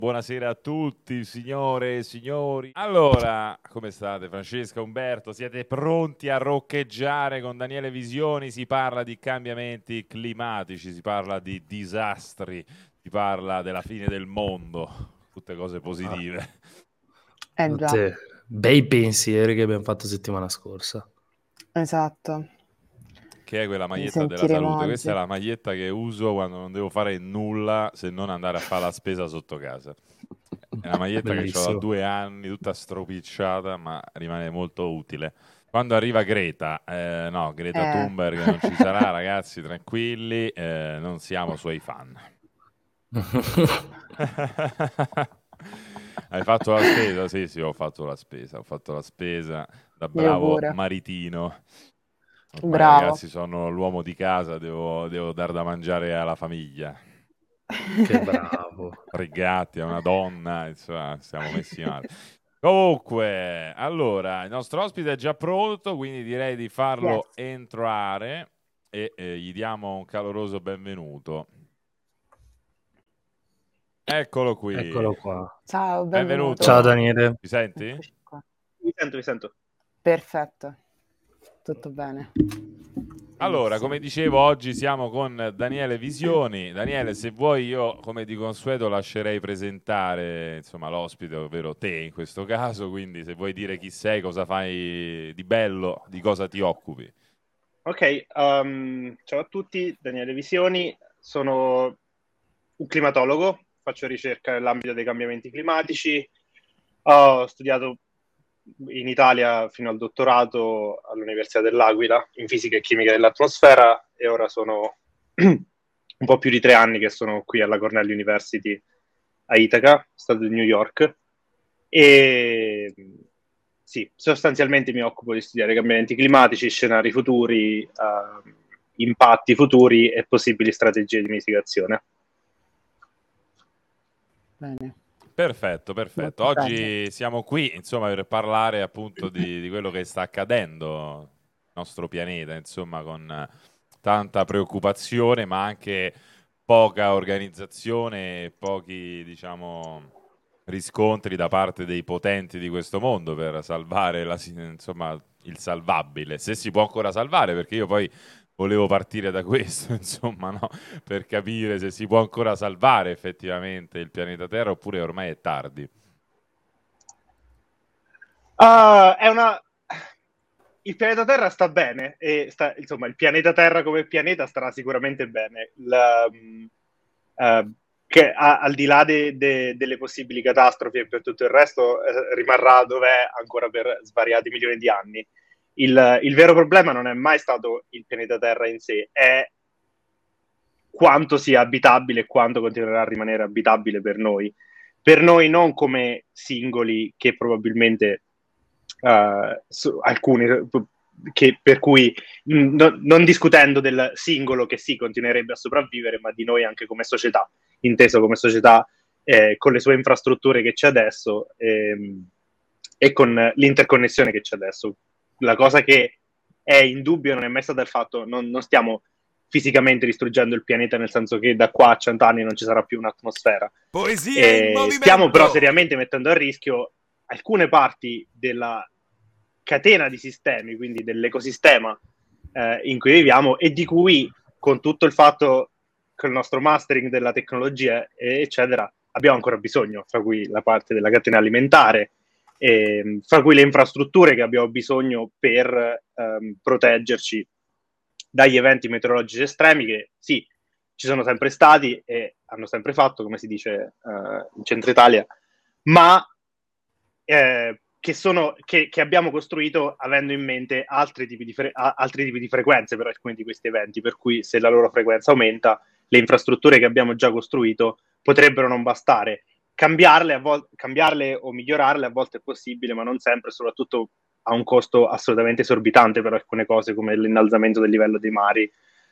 Buonasera a tutti, signore e signori. Allora, come state, Francesca, Umberto? Siete pronti a roccheggiare con Daniele Visioni? Si parla di cambiamenti climatici, si parla di disastri, si parla della fine del mondo, tutte cose positive. Già, Tutte bei pensieri che abbiamo fatto settimana scorsa. esatto. Che è quella Li maglietta della sentiremo salute? Questa è oggi. la maglietta che uso quando non devo fare nulla se non andare a fare la spesa sotto casa. È una maglietta che ho da Bellissimo. 2 anni, tutta stropicciata, ma rimane molto utile. Quando arriva Greta, no, Greta Eh. Thunberg non ci sarà, ragazzi, tranquilli, non siamo suoi fan. Hai fatto la spesa? Sì, sì, ho fatto la spesa. Ho fatto la spesa da Io bravo pure. maritino. Ormai, Bravo. ragazzi, sono l'uomo di casa, devo dar da mangiare alla famiglia. Che bravo. Tre gatti, a una donna, insomma, siamo messi male. Comunque, allora, il nostro ospite è già pronto, quindi direi di Yes. farlo entrare e gli diamo un caloroso benvenuto. Eccolo qui. Eccolo qua. Ciao, Ciao benvenuto. Benvenuto. Daniele. Mi senti? Eccoci qua. Vi sento. Perfetto. Tutto bene. Allora, Benissimo. come dicevo, oggi siamo con Daniele Visioni. Daniele, se vuoi io, come di consueto, lascerei presentare, insomma, l'ospite, ovvero te in questo caso, quindi se vuoi dire chi sei, cosa fai di bello, di cosa ti occupi. Ok, ciao a tutti, Daniele Visioni, sono un climatologo, faccio ricerca nell'ambito dei cambiamenti climatici, ho studiato in Italia fino al dottorato all'Università dell'Aquila in fisica e chimica dell'atmosfera e ora sono un po' più di 3 anni che sono qui alla Cornell University a Ithaca, stato di New York, e sì, sostanzialmente mi occupo di studiare cambiamenti climatici, scenari futuri, impatti futuri e possibili strategie di mitigazione. Bene. Perfetto, perfetto. Molto bene. Oggi siamo qui, insomma, per parlare appunto di quello che sta accadendo nel nostro pianeta, insomma, con tanta preoccupazione, ma anche poca organizzazione e pochi, diciamo, riscontri da parte dei potenti di questo mondo per salvare insomma, il salvabile, se si può ancora salvare, perché io poi volevo partire da questo, insomma, no? Per capire se si può ancora salvare effettivamente il pianeta Terra oppure ormai è tardi. È una... Il pianeta Terra sta bene, insomma, il pianeta Terra come pianeta starà sicuramente bene. Che al di là delle possibili catastrofi e per tutto il resto rimarrà dov'è ancora per svariati milioni di anni. Il vero problema non è mai stato il pianeta Terra in sé, è quanto sia abitabile e quanto continuerà a rimanere abitabile per noi. Per noi non come singoli che probabilmente alcuni per cui non discutendo del singolo che sì continuerebbe a sopravvivere, ma di noi anche come società, inteso come società con le sue infrastrutture che c'è adesso e con l'interconnessione che c'è adesso. La cosa che è indubbio non è mai stata il fatto, non stiamo fisicamente distruggendo il pianeta, nel senso che da qua a 100 anni non ci sarà più un'atmosfera. Poesia in Stiamo però movimento! seriamente mettendo a rischio alcune parti della catena di sistemi, quindi dell'ecosistema in cui viviamo e di cui, con tutto il fatto che il nostro mastering della tecnologia, eccetera, abbiamo ancora bisogno, fra cui la parte della catena alimentare, fra cui le infrastrutture che abbiamo bisogno per proteggerci dagli eventi meteorologici estremi che sì, ci sono sempre stati e hanno sempre fatto, come si dice in centro Italia, ma che abbiamo costruito avendo in mente altri tipi di frequenze per alcuni di questi eventi, per cui se la loro frequenza aumenta, le infrastrutture che abbiamo già costruito potrebbero non bastare. Cambiarle o migliorarle a volte è possibile, ma non sempre, soprattutto a un costo assolutamente esorbitante per alcune cose come l'innalzamento del livello dei mari,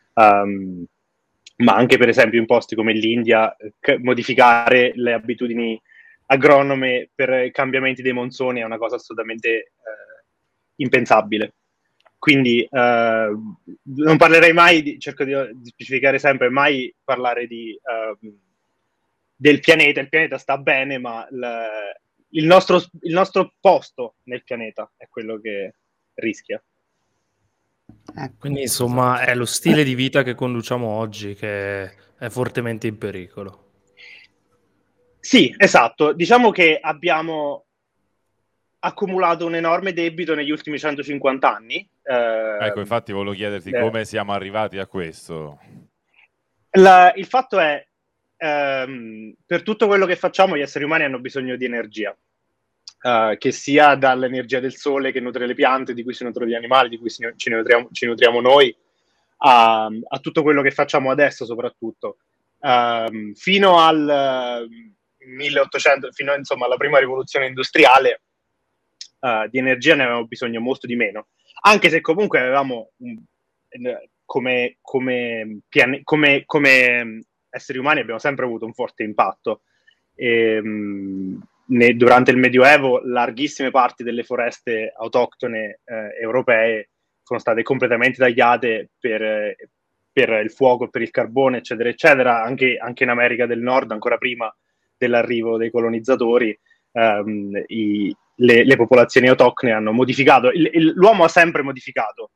ma anche per esempio in posti come l'India, modificare le abitudini agronome per cambiamenti dei monsoni è una cosa assolutamente impensabile. Quindi non parlerei mai, cerco di specificare sempre, mai parlare di del pianeta. Il pianeta sta bene, ma il nostro posto nel pianeta è quello che rischia. Ecco. Quindi insomma è lo stile di vita che conduciamo oggi che è fortemente in pericolo. Sì, esatto. Diciamo che abbiamo accumulato un enorme debito negli ultimi 150 anni. Ecco, infatti volevo chiederti come siamo arrivati a questo. Il fatto è, per tutto quello che facciamo, gli esseri umani hanno bisogno di energia, che sia dall'energia del sole che nutre le piante, di cui si nutrono gli animali, di cui ci nutriamo noi, a tutto quello che facciamo adesso soprattutto. Fino al 1800, fino insomma alla prima rivoluzione industriale, di energia ne avevamo bisogno molto di meno, anche se comunque avevamo come esseri umani abbiamo sempre avuto un forte impatto. Durante il Medioevo larghissime parti delle foreste autoctone europee sono state completamente tagliate per il fuoco, per il carbone, eccetera, eccetera, anche in America del Nord, ancora prima dell'arrivo dei colonizzatori. Le popolazioni autoctone hanno modificato, l'uomo ha sempre modificato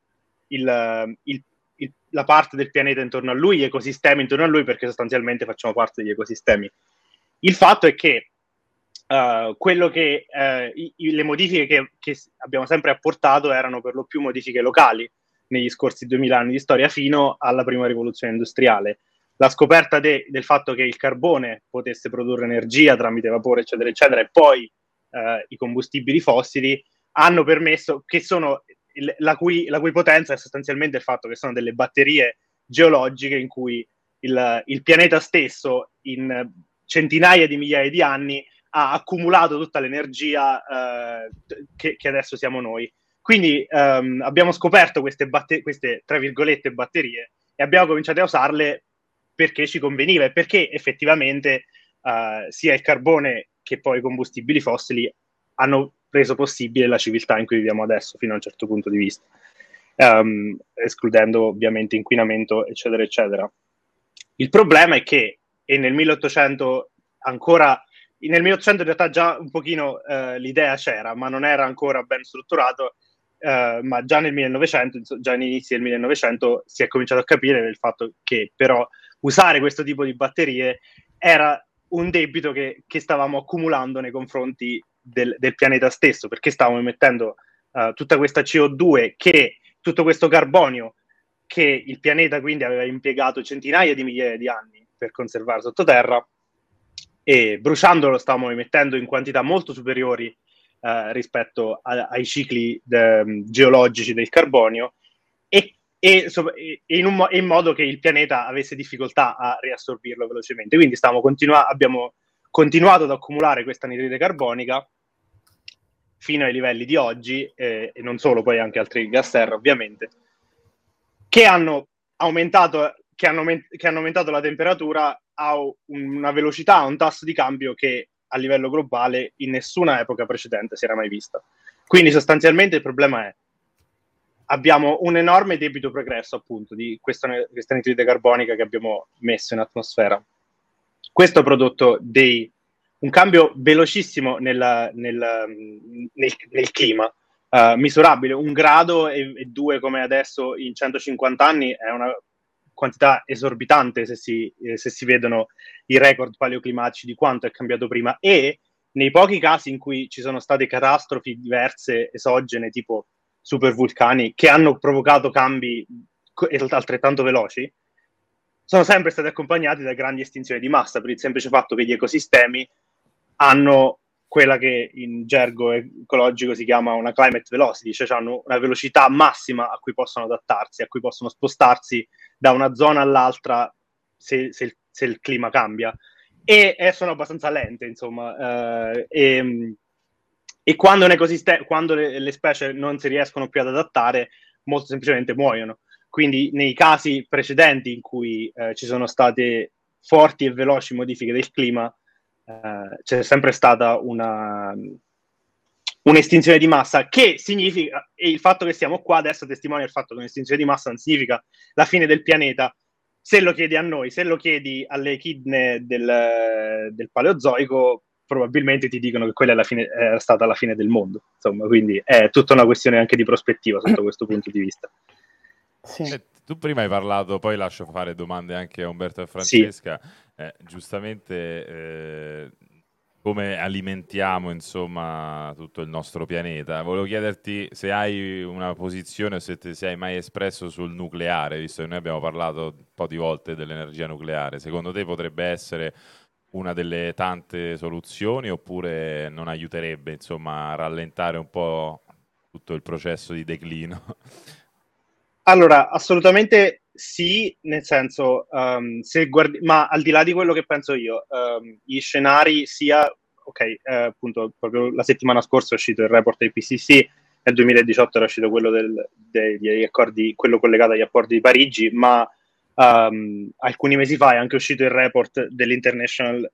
la parte del pianeta intorno a lui, gli ecosistemi intorno a lui, perché sostanzialmente facciamo parte degli ecosistemi. Il fatto è che quello che le modifiche che abbiamo sempre apportato erano per lo più modifiche locali negli scorsi 2000 anni di storia, fino alla prima rivoluzione industriale. La scoperta del fatto che il carbone potesse produrre energia tramite vapore, eccetera, eccetera, e poi i combustibili fossili hanno permesso, che sono la cui potenza è sostanzialmente il fatto che sono delle batterie geologiche in cui il pianeta stesso in centinaia di migliaia di anni ha accumulato tutta l'energia che adesso siamo noi. Quindi abbiamo scoperto queste tra virgolette batterie e abbiamo cominciato a usarle perché ci conveniva e perché effettivamente sia il carbone che poi i combustibili fossili hanno reso possibile la civiltà in cui viviamo adesso, fino a un certo punto di vista, escludendo ovviamente inquinamento, eccetera, eccetera. Il problema è che nel 1800 nel 1800 in realtà già un pochino l'idea c'era, ma non era ancora ben strutturato, ma già nel 1900, già all'inizio del 1900 si è cominciato a capire il fatto che però usare questo tipo di batterie era un debito che stavamo accumulando nei confronti del pianeta stesso, perché stavamo emettendo tutta questa CO2, tutto questo carbonio che il pianeta quindi aveva impiegato centinaia di migliaia di anni per conservare sottoterra, e bruciandolo stavamo emettendo in quantità molto superiori rispetto ai cicli geologici del carbonio, in modo che il pianeta avesse difficoltà a riassorbirlo velocemente. Quindi abbiamo continuato ad accumulare questa anidride carbonica fino ai livelli di oggi, e non solo, poi anche altri gas serra ovviamente, che hanno aumentato la temperatura a una velocità, a un tasso di cambio che a livello globale in nessuna epoca precedente si era mai vista. Quindi sostanzialmente il problema è: abbiamo un enorme debito pregresso appunto di questa anidride carbonica che abbiamo messo in atmosfera. Questo ha prodotto un cambio velocissimo nel clima, misurabile. 1 grado e 2 come adesso in 150 anni è una quantità esorbitante se si vedono i record paleoclimatici di quanto è cambiato prima, e nei pochi casi in cui ci sono state catastrofi diverse esogene tipo supervulcani che hanno provocato cambi altrettanto veloci, sono sempre stati accompagnati da grandi estinzioni di massa, per il semplice fatto che gli ecosistemi hanno quella che in gergo ecologico si chiama una climate velocity, cioè hanno una velocità massima a cui possono adattarsi, a cui possono spostarsi da una zona all'altra se il clima cambia, e sono abbastanza lente, insomma, e quando le specie non si riescono più ad adattare, molto semplicemente muoiono. Quindi nei casi precedenti in cui ci sono state forti e veloci modifiche del clima, c'è sempre stata un'estinzione di massa, che significa, e il fatto che siamo qua adesso testimonia il fatto che un'estinzione di massa non significa la fine del pianeta, se lo chiedi a noi, se lo chiedi alle echidne del Paleozoico, probabilmente ti dicono che quella è stata la fine del mondo. Insomma, quindi è tutta una questione anche di prospettiva sotto questo punto di vista. Sì. Tu prima hai parlato, poi lascio fare domande anche a Umberto e Sì. Francesca, giustamente come alimentiamo insomma tutto il nostro pianeta. Volevo chiederti se hai una posizione o se ti sei mai espresso sul nucleare, visto che noi abbiamo parlato un po' di volte dell'energia nucleare. Secondo te potrebbe essere una delle tante soluzioni oppure non aiuterebbe insomma a rallentare un po' tutto il processo di declino? Allora, assolutamente sì, nel senso, se guardi, ma al di là di quello che penso io, gli scenari ok, appunto, proprio la settimana scorsa è uscito il report IPCC, nel 2018 era uscito quello degli accordi, quello collegato agli accordi di Parigi, ma alcuni mesi fa è anche uscito il report dell'International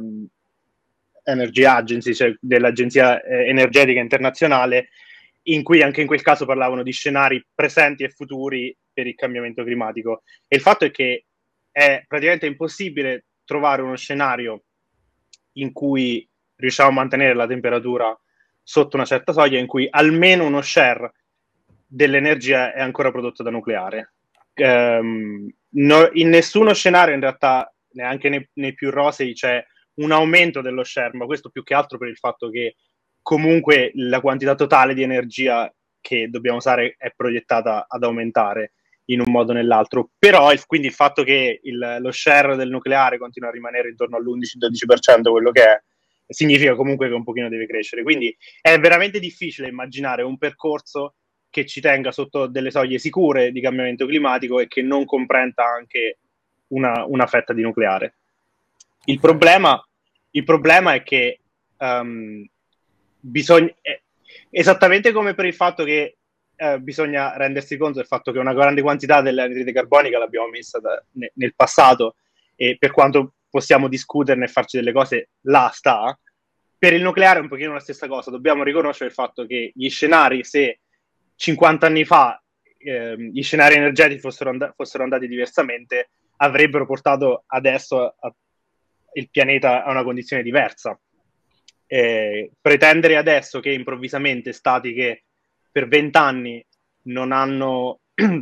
Energy Agency, cioè dell'Agenzia Energetica Internazionale, in cui anche in quel caso parlavano di scenari presenti e futuri per il cambiamento climatico. E il fatto è che è praticamente impossibile trovare uno scenario in cui riusciamo a mantenere la temperatura sotto una certa soglia, in cui almeno uno share dell'energia è ancora prodotto da nucleare. In nessuno scenario, in realtà, neanche nei più rosei, c'è un aumento dello share, ma questo più che altro per il fatto che comunque la quantità totale di energia che dobbiamo usare è proiettata ad aumentare in un modo o nell'altro, però quindi il fatto che lo share del nucleare continua a rimanere intorno all'11-12%, quello che è, significa comunque che un pochino deve crescere, quindi è veramente difficile immaginare un percorso che ci tenga sotto delle soglie sicure di cambiamento climatico e che non comprenda anche una fetta di nucleare. Il problema è che bisogna, esattamente come per il fatto che bisogna rendersi conto del fatto che una grande quantità dell'anidride carbonica l'abbiamo messa nel passato, e per quanto possiamo discuterne e farci delle cose, là sta. Per il nucleare è un pochino la stessa cosa, dobbiamo riconoscere il fatto che gli scenari, se 50 anni fa gli scenari energetici fossero andati diversamente, avrebbero portato adesso il pianeta a una condizione diversa. Pretendere adesso che improvvisamente stati che per 20 anni hanno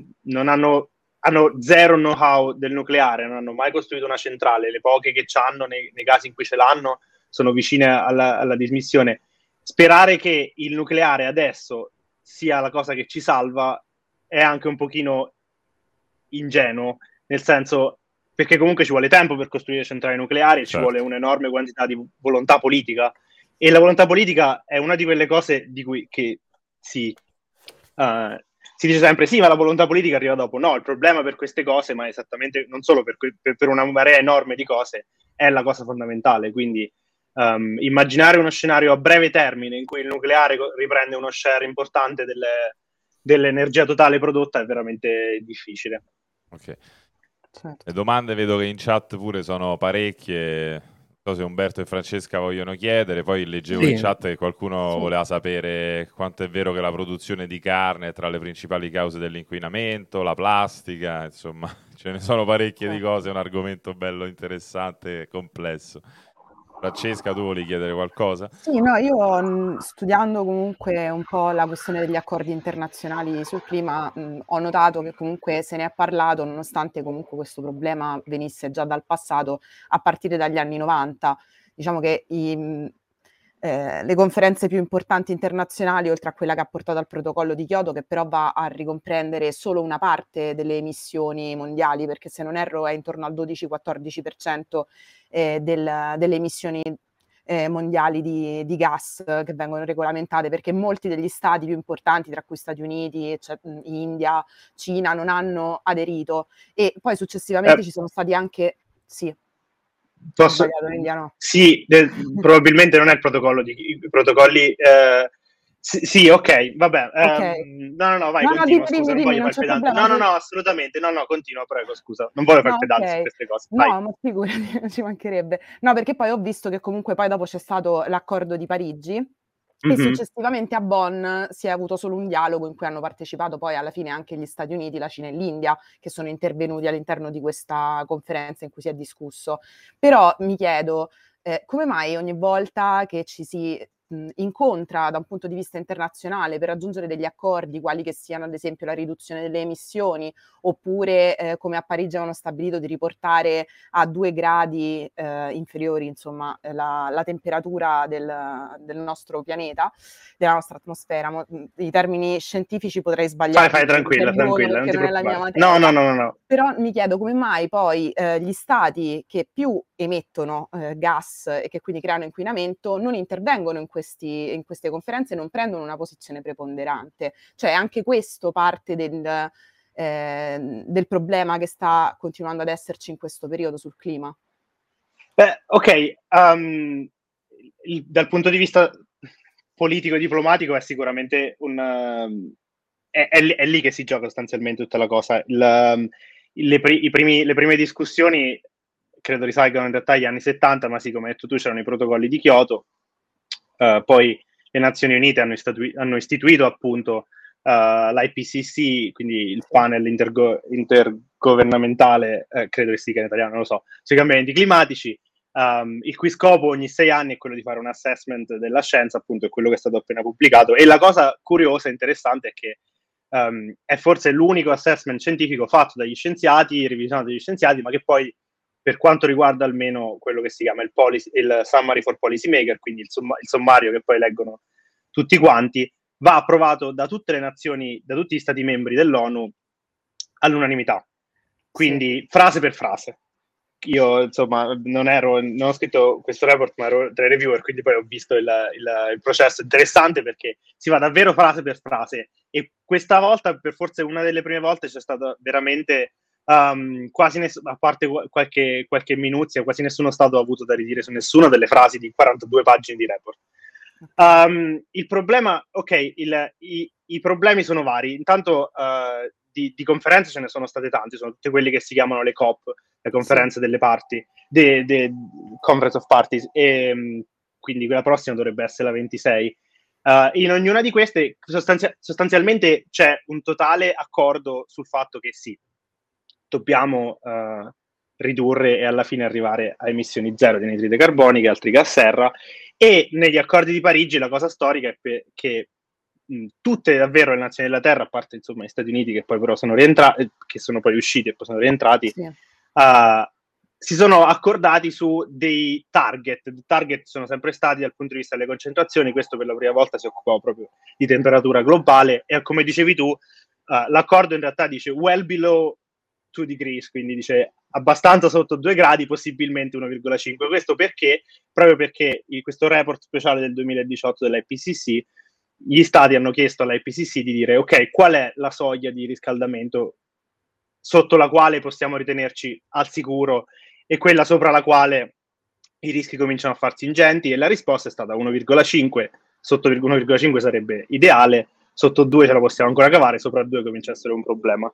zero know-how del nucleare, non hanno mai costruito una centrale, le poche che c'hanno nei casi in cui ce l'hanno sono vicine alla dismissione. Sperare che il nucleare adesso sia la cosa che ci salva è anche un pochino ingenuo, nel senso, perché comunque ci vuole tempo per costruire centrali nucleari, certo. Ci vuole un'enorme quantità di volontà politica, e la volontà politica è una di quelle cose di cui si dice sempre sì, ma la volontà politica arriva dopo. No, il problema per queste cose, ma esattamente non solo per una marea enorme di cose, è la cosa fondamentale. Quindi immaginare uno scenario a breve termine in cui il nucleare riprende uno share importante dell'energia totale prodotta è veramente difficile. Ok. Certo. Le domande vedo che in chat pure sono parecchie. Non so se Umberto e Francesca vogliono chiedere. Poi leggevo in chat che qualcuno voleva sapere quanto è vero che la produzione di carne è tra le principali cause dell'inquinamento, la plastica, insomma, ce ne sono parecchie di cose, è un argomento bello interessante e complesso. Francesca, tu volevi chiedere qualcosa? Sì, no, io studiando comunque un po' la questione degli accordi internazionali sul clima, ho notato che comunque se ne è parlato, nonostante comunque questo problema venisse già dal passato, a partire dagli anni 90. Diciamo che le conferenze più importanti internazionali, oltre a quella che ha portato al protocollo di Kyoto, che però va a ricomprendere solo una parte delle emissioni mondiali, perché se non erro è intorno al 12-14% delle emissioni mondiali di gas che vengono regolamentate, perché molti degli stati più importanti, tra cui Stati Uniti, India, Cina, non hanno aderito, e poi successivamente ci sono stati anche Sì, probabilmente non è il protocollo i protocolli. Sì, ok, vabbè. Okay. No, vai, no, continua, dimmi, scusa, non voglio non far c'è pedante. problema. No, assolutamente, no, continua, prego, scusa, non voglio far pedante su queste cose. Vai. No, ma figurati, ci mancherebbe. No, perché poi ho visto che comunque poi dopo c'è stato l'accordo di Parigi, e successivamente a Bonn si è avuto solo un dialogo in cui hanno partecipato poi alla fine anche gli Stati Uniti, la Cina e l'India, che sono intervenuti all'interno di questa conferenza in cui si è discusso. Però mi chiedo, come mai ogni volta che ci si incontra da un punto di vista internazionale per raggiungere degli accordi, quali che siano ad esempio la riduzione delle emissioni, oppure come a Parigi avevano stabilito di riportare a 2 gradi inferiori, insomma, la temperatura del nostro pianeta, della nostra atmosfera. I termini scientifici potrei sbagliare. Fai tranquilla, perché non è la mia materia. No. Però mi chiedo come mai poi gli stati che più emettono gas e che quindi creano inquinamento non intervengono in queste conferenze e non prendono una posizione preponderante. Cioè anche questo parte del problema che sta continuando ad esserci in questo periodo sul clima. Beh, ok, dal punto di vista politico e diplomatico è sicuramente è lì che si gioca sostanzialmente tutta la cosa. Le prime discussioni credo risalgano in realtà agli anni 70, ma sì, come hai detto tu, c'erano i protocolli di Kyoto, poi le Nazioni Unite hanno istituito appunto l'IPCC, quindi il panel intergovernamentale, credo che si dica in italiano, non lo so, sui cambiamenti climatici, il cui scopo ogni 6 anni è quello di fare un assessment della scienza, appunto è quello che è stato appena pubblicato, e la cosa curiosa e interessante è che è forse l'unico assessment scientifico fatto dagli scienziati, revisionato dagli scienziati, ma che poi, per quanto riguarda almeno quello che si chiama il Summary for Policy Maker, quindi il sommario che poi leggono tutti quanti, va approvato da tutte le nazioni, da tutti gli stati membri dell'ONU all'unanimità, quindi frase per frase. Io insomma non ho scritto questo report, ma ero tra i reviewer, quindi poi ho visto il processo. Interessante perché si va davvero frase per frase, e questa volta, per forse una delle prime volte, c'è stata veramente quasi nessuno, a parte qualche minuzia, quasi nessuno stato ha avuto da ridire su nessuna delle frasi di 42 pagine di report. Il problema, ok, i problemi sono vari. Intanto di conferenze ce ne sono state tante, sono tutte quelle che si chiamano le COP, le conferenze delle parti, Conference of Parties, e quindi quella prossima dovrebbe essere la 26. In ognuna di queste sostanzialmente c'è un totale accordo sul fatto che sì, dobbiamo ridurre e alla fine arrivare a emissioni zero di anidride carbonica e altri gas serra, e negli accordi di Parigi la cosa storica è che tutte davvero le nazioni della Terra, a parte insomma gli Stati Uniti che poi però sono rientrati, che sono poi usciti e poi sono rientrati, si sono accordati su dei target. I target sono sempre stati dal punto di vista delle concentrazioni, questo per la prima volta si occupava proprio di temperatura globale, e come dicevi tu, l'accordo in realtà dice well below 2 degrees, quindi dice abbastanza sotto 2 gradi, possibilmente 1,5. Questo perché? Proprio perché questo report speciale del 2018 dell'IPCC, gli stati hanno chiesto all'IPCC di dire ok, qual è la soglia di riscaldamento sotto la quale possiamo ritenerci al sicuro e quella sopra la quale i rischi cominciano a farsi ingenti, e la risposta è stata 1,5, sotto 1,5 sarebbe ideale, sotto 2 ce la possiamo ancora cavare, sopra 2 comincia a essere un problema.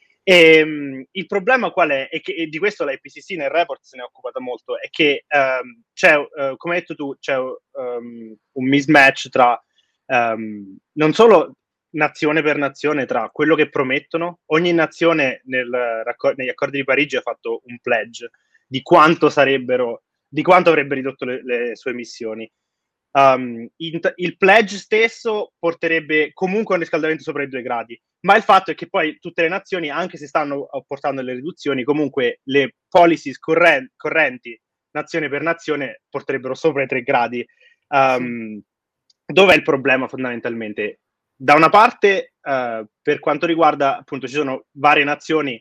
E il problema qual è? E che di questo l'IPCC nel report se ne è occupata molto, è che c'è, come hai detto tu, c'è un mismatch tra non solo nazione per nazione, tra quello che promettono. Ogni nazione negli accordi di Parigi ha fatto un pledge di quanto avrebbe ridotto le sue emissioni. Il pledge stesso porterebbe comunque a un riscaldamento sopra i 2 gradi, ma il fatto è che poi tutte le nazioni, anche se stanno portando le riduzioni, comunque le policies correnti nazione per nazione porterebbero sopra i 3 gradi. Dov'è il problema fondamentalmente? Da una parte, per quanto riguarda, appunto, ci sono varie nazioni,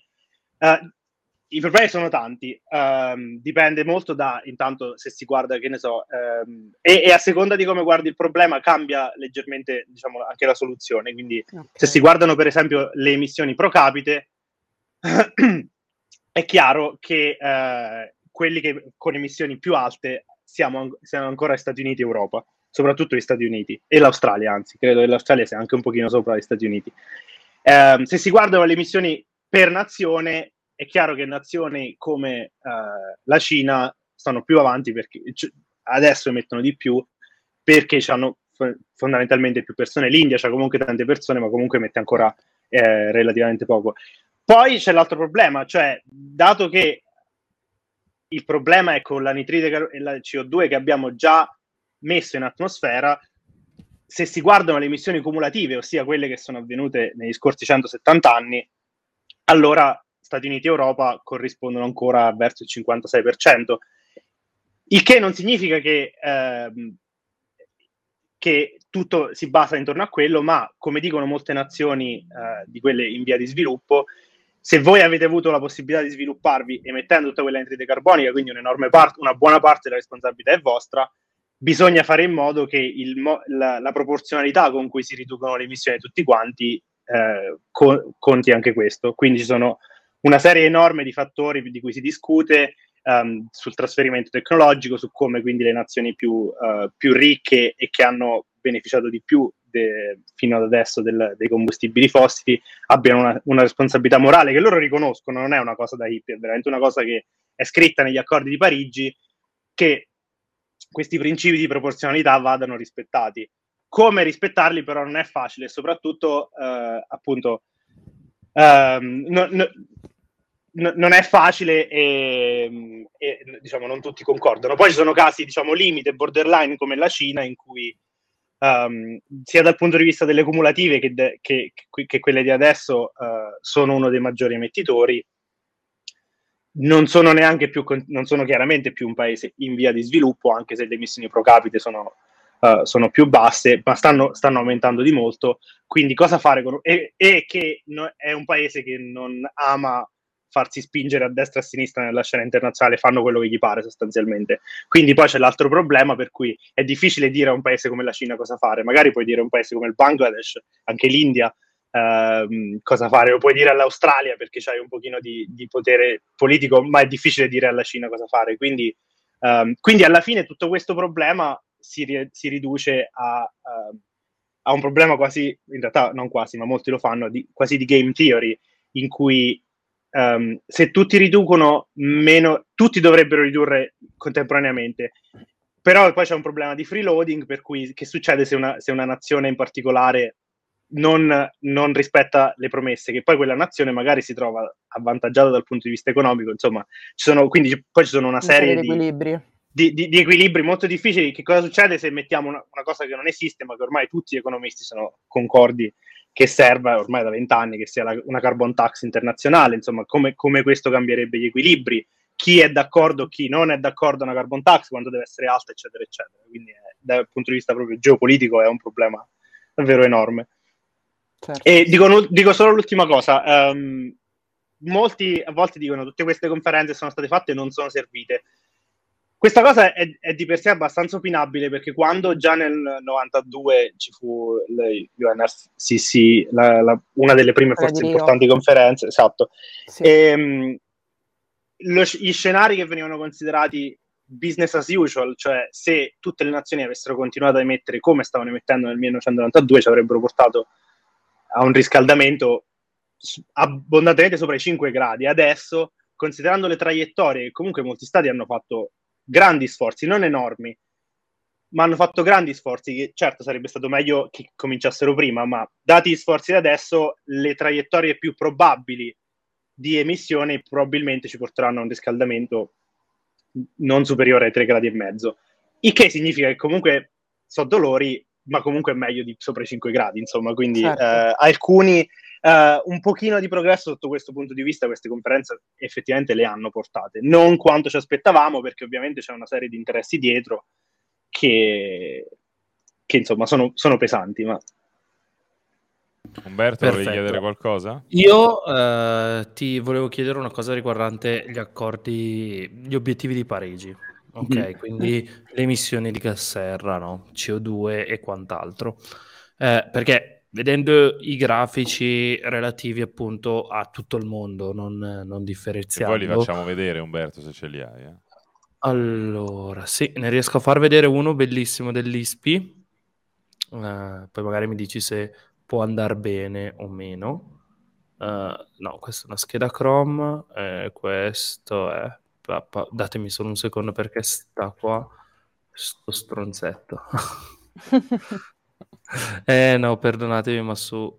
i problemi sono tanti, dipende molto intanto se si guarda, che ne so, e a seconda di come guardi il problema cambia leggermente, diciamo, anche la soluzione. Quindi se si guardano per esempio le emissioni pro capite, è chiaro che quelli che con emissioni più alte siamo ancora gli Stati Uniti e Europa, soprattutto gli Stati Uniti e l'Australia, anzi credo che l'Australia sia anche un pochino sopra gli Stati Uniti. Se si guardano le emissioni per nazione, è chiaro che nazioni come la Cina stanno più avanti, perché adesso emettono di più, perché hanno fondamentalmente più persone. L'India c'ha comunque tante persone, ma comunque mette ancora relativamente poco. Poi c'è l'altro problema, cioè dato che il problema è con l'anidride e la CO2 che abbiamo già messo in atmosfera, se si guardano le emissioni cumulative, ossia quelle che sono avvenute negli scorsi 170 anni, allora Stati Uniti e Europa corrispondono ancora verso il 56%, il che non significa che tutto si basa intorno a quello, ma come dicono molte nazioni di quelle in via di sviluppo, se voi avete avuto la possibilità di svilupparvi emettendo tutta quella anidride carbonica, quindi una buona parte della responsabilità è vostra, bisogna fare in modo che la proporzionalità con cui si riducono le emissioni tutti quanti conti anche questo. Quindi ci sono una serie enorme di fattori di cui si discute sul trasferimento tecnologico, su come quindi le nazioni più ricche e che hanno beneficiato di più fino ad adesso dei combustibili fossili abbiano una responsabilità morale che loro riconoscono, non è una cosa da hippie, è veramente una cosa che è scritta negli accordi di Parigi, che questi principi di proporzionalità vadano rispettati. Come rispettarli però non è facile, soprattutto appunto non è facile e diciamo non tutti concordano. Poi ci sono casi diciamo limite, borderline come la Cina, in cui sia dal punto di vista delle cumulative che quelle di adesso sono uno dei maggiori emettitori, non sono chiaramente più un paese in via di sviluppo, anche se le emissioni pro capite sono più basse, ma stanno aumentando di molto. Quindi cosa fare e che è un paese che non ama farsi spingere a destra e a sinistra nella scena internazionale, fanno quello che gli pare sostanzialmente. Quindi poi c'è l'altro problema per cui è difficile dire a un paese come la Cina cosa fare. Magari puoi dire a un paese come il Bangladesh, anche l'India, cosa fare, lo puoi dire all'Australia perché c'hai un pochino di potere politico, ma è difficile dire alla Cina cosa fare. Quindi alla fine tutto questo problema si riduce a un problema quasi, in realtà non quasi, ma molti lo fanno, quasi di game theory, in cui se tutti riducono meno, tutti dovrebbero ridurre contemporaneamente. Però poi c'è un problema di freeloading, per cui che succede se una nazione in particolare non rispetta le promesse, che poi quella nazione magari si trova avvantaggiata dal punto di vista economico, insomma, quindi poi ci sono una serie di equilibri molto difficili. Che cosa succede se mettiamo una cosa che non esiste, ma che ormai tutti gli economisti sono concordi che serva ormai da 20 anni, che sia una carbon tax internazionale, insomma, come questo cambierebbe gli equilibri, chi è d'accordo, chi non è d'accordo a una carbon tax, quando deve essere alta, eccetera, eccetera. Quindi dal punto di vista proprio geopolitico è un problema davvero enorme. Certo. E dico solo l'ultima cosa, molti a volte dicono tutte queste conferenze sono state fatte e non sono servite. Questa cosa è di per sé abbastanza opinabile, perché quando già nel 92 ci fu l'UNFCCC, una delle prime forse importanti conferenze, esatto, sì. Gli scenari che venivano considerati business as usual, cioè se tutte le nazioni avessero continuato a emettere come stavano emettendo nel 1992, ci avrebbero portato a un riscaldamento abbondantemente sopra i 5 gradi. Adesso, considerando le traiettorie, che comunque molti stati hanno fatto grandi sforzi, non enormi, ma hanno fatto grandi sforzi, che certo sarebbe stato meglio che cominciassero prima, ma dati gli sforzi di adesso, le traiettorie più probabili di emissione probabilmente ci porteranno a un riscaldamento non superiore ai 3,5 gradi, il che significa che comunque sono dolori, ma comunque è meglio di sopra i 5 gradi, insomma, quindi certo. Alcuni un pochino di progresso sotto questo punto di vista queste conferenze effettivamente le hanno portate, non quanto ci aspettavamo, perché ovviamente c'è una serie di interessi dietro che insomma sono pesanti. Ma Umberto, volevi chiedere qualcosa? Io ti volevo chiedere una cosa riguardante gli obiettivi di Parigi. Ok, quindi le emissioni di gas serra, no? CO2 e quant'altro. Perché vedendo i grafici relativi appunto a tutto il mondo, non differenziando. E poi li facciamo vedere, Umberto, se ce li hai. Allora, sì, ne riesco a far vedere uno bellissimo dell'ISPI. Poi magari mi dici se può andare bene o meno. No, questa è una scheda Chrome, questo è... Datemi solo un secondo perché sta qua sto stronzetto. No, perdonatemi, ma su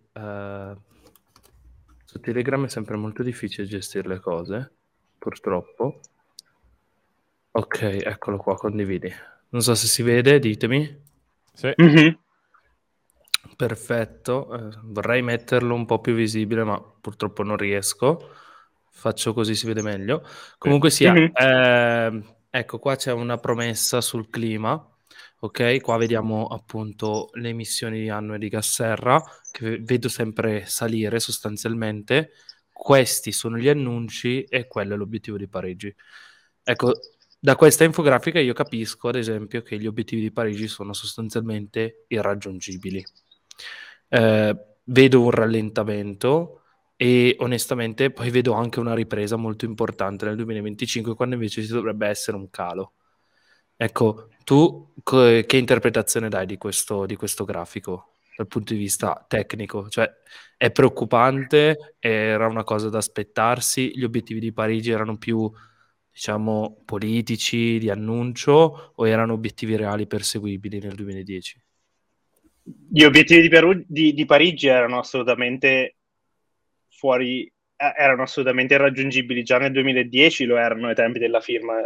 Telegram è sempre molto difficile gestire le cose, purtroppo. Ok, eccolo qua, condividi. Non so se si vede, ditemi. Sì. Mhm. Perfetto, vorrei metterlo un po' più visibile, ma purtroppo non riesco. Faccio così si vede meglio. Comunque sia, Mhm. ecco qua c'è una promessa sul clima. Ok, qua vediamo appunto le emissioni annue di gas serra che vedo sempre salire sostanzialmente. Questi sono gli annunci e quello è l'obiettivo di Parigi. Ecco, da questa infografica io capisco, ad esempio, che gli obiettivi di Parigi sono sostanzialmente irraggiungibili. Vedo un rallentamento e onestamente poi vedo anche una ripresa molto importante nel 2025, quando invece ci dovrebbe essere un calo. Ecco, tu che interpretazione dai di questo grafico dal punto di vista tecnico? Cioè, è preoccupante? Era una cosa da aspettarsi? Gli obiettivi di Parigi erano più, diciamo, politici, di annuncio, o erano obiettivi reali perseguibili nel 2010? Gli obiettivi di Parigi erano assolutamente fuori, erano assolutamente irraggiungibili già nel 2010, lo erano ai tempi della firma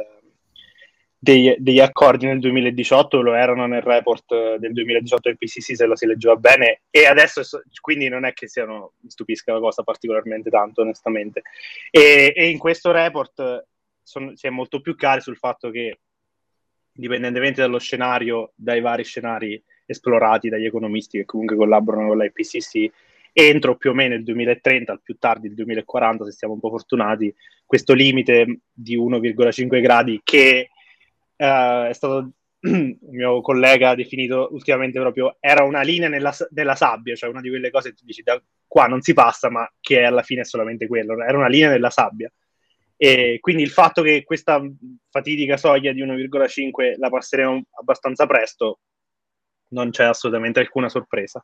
degli accordi nel 2018, lo erano nel report del 2018 del PCC, se lo si leggeva bene, e adesso quindi non è che mi stupisca la cosa particolarmente tanto, onestamente. E in questo report si è molto più chiari sul fatto che, dipendentemente dallo scenario, dai vari scenari esplorati dagli economisti che comunque collaborano con l'IPCC, entro più o meno il 2030, al più tardi il 2040, se siamo un po' fortunati, questo limite di 1,5 gradi che è stato un mio collega ha definito ultimamente proprio, era una linea nella sabbia, cioè una di quelle cose che tu dici da qua non si passa, ma che alla fine è solamente quello, era una linea nella sabbia. E quindi il fatto che questa fatidica soglia di 1,5 la passeremo abbastanza presto non c'è assolutamente alcuna sorpresa.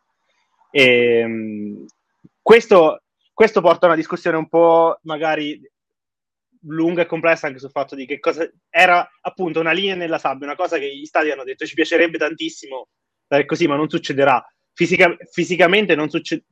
Questo porta a una discussione un po' magari lunga e complessa anche sul fatto di che cosa era appunto una linea nella sabbia, una cosa che gli stati hanno detto ci piacerebbe tantissimo fare così, ma non succederà. Fisicamente non succede.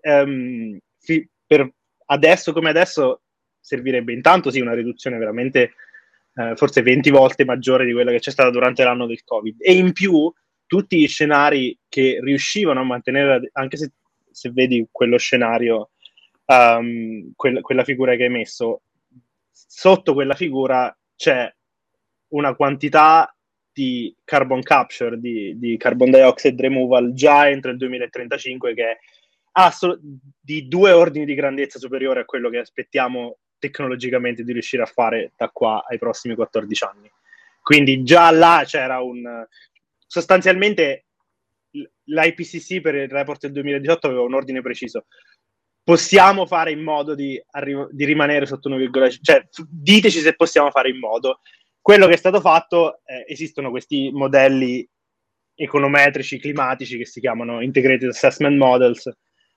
Per adesso come adesso servirebbe intanto sì una riduzione veramente forse 20 volte maggiore di quella che c'è stata durante l'anno del Covid, e in più tutti gli scenari che riuscivano a mantenere, anche se vedi quello scenario, quella figura che hai messo, sotto quella figura c'è una quantità di carbon capture, di carbon dioxide removal già entro il 2035 che è di 2 ordini di grandezza superiore a quello che aspettiamo tecnologicamente di riuscire a fare da qua ai prossimi 14 anni. Quindi già là c'era sostanzialmente l'IPCC per il report del 2018 aveva un ordine preciso. Possiamo fare in modo di rimanere sotto 1,5, cioè diteci se possiamo fare in modo. Quello che è stato fatto, esistono questi modelli econometrici climatici che si chiamano Integrated Assessment Models,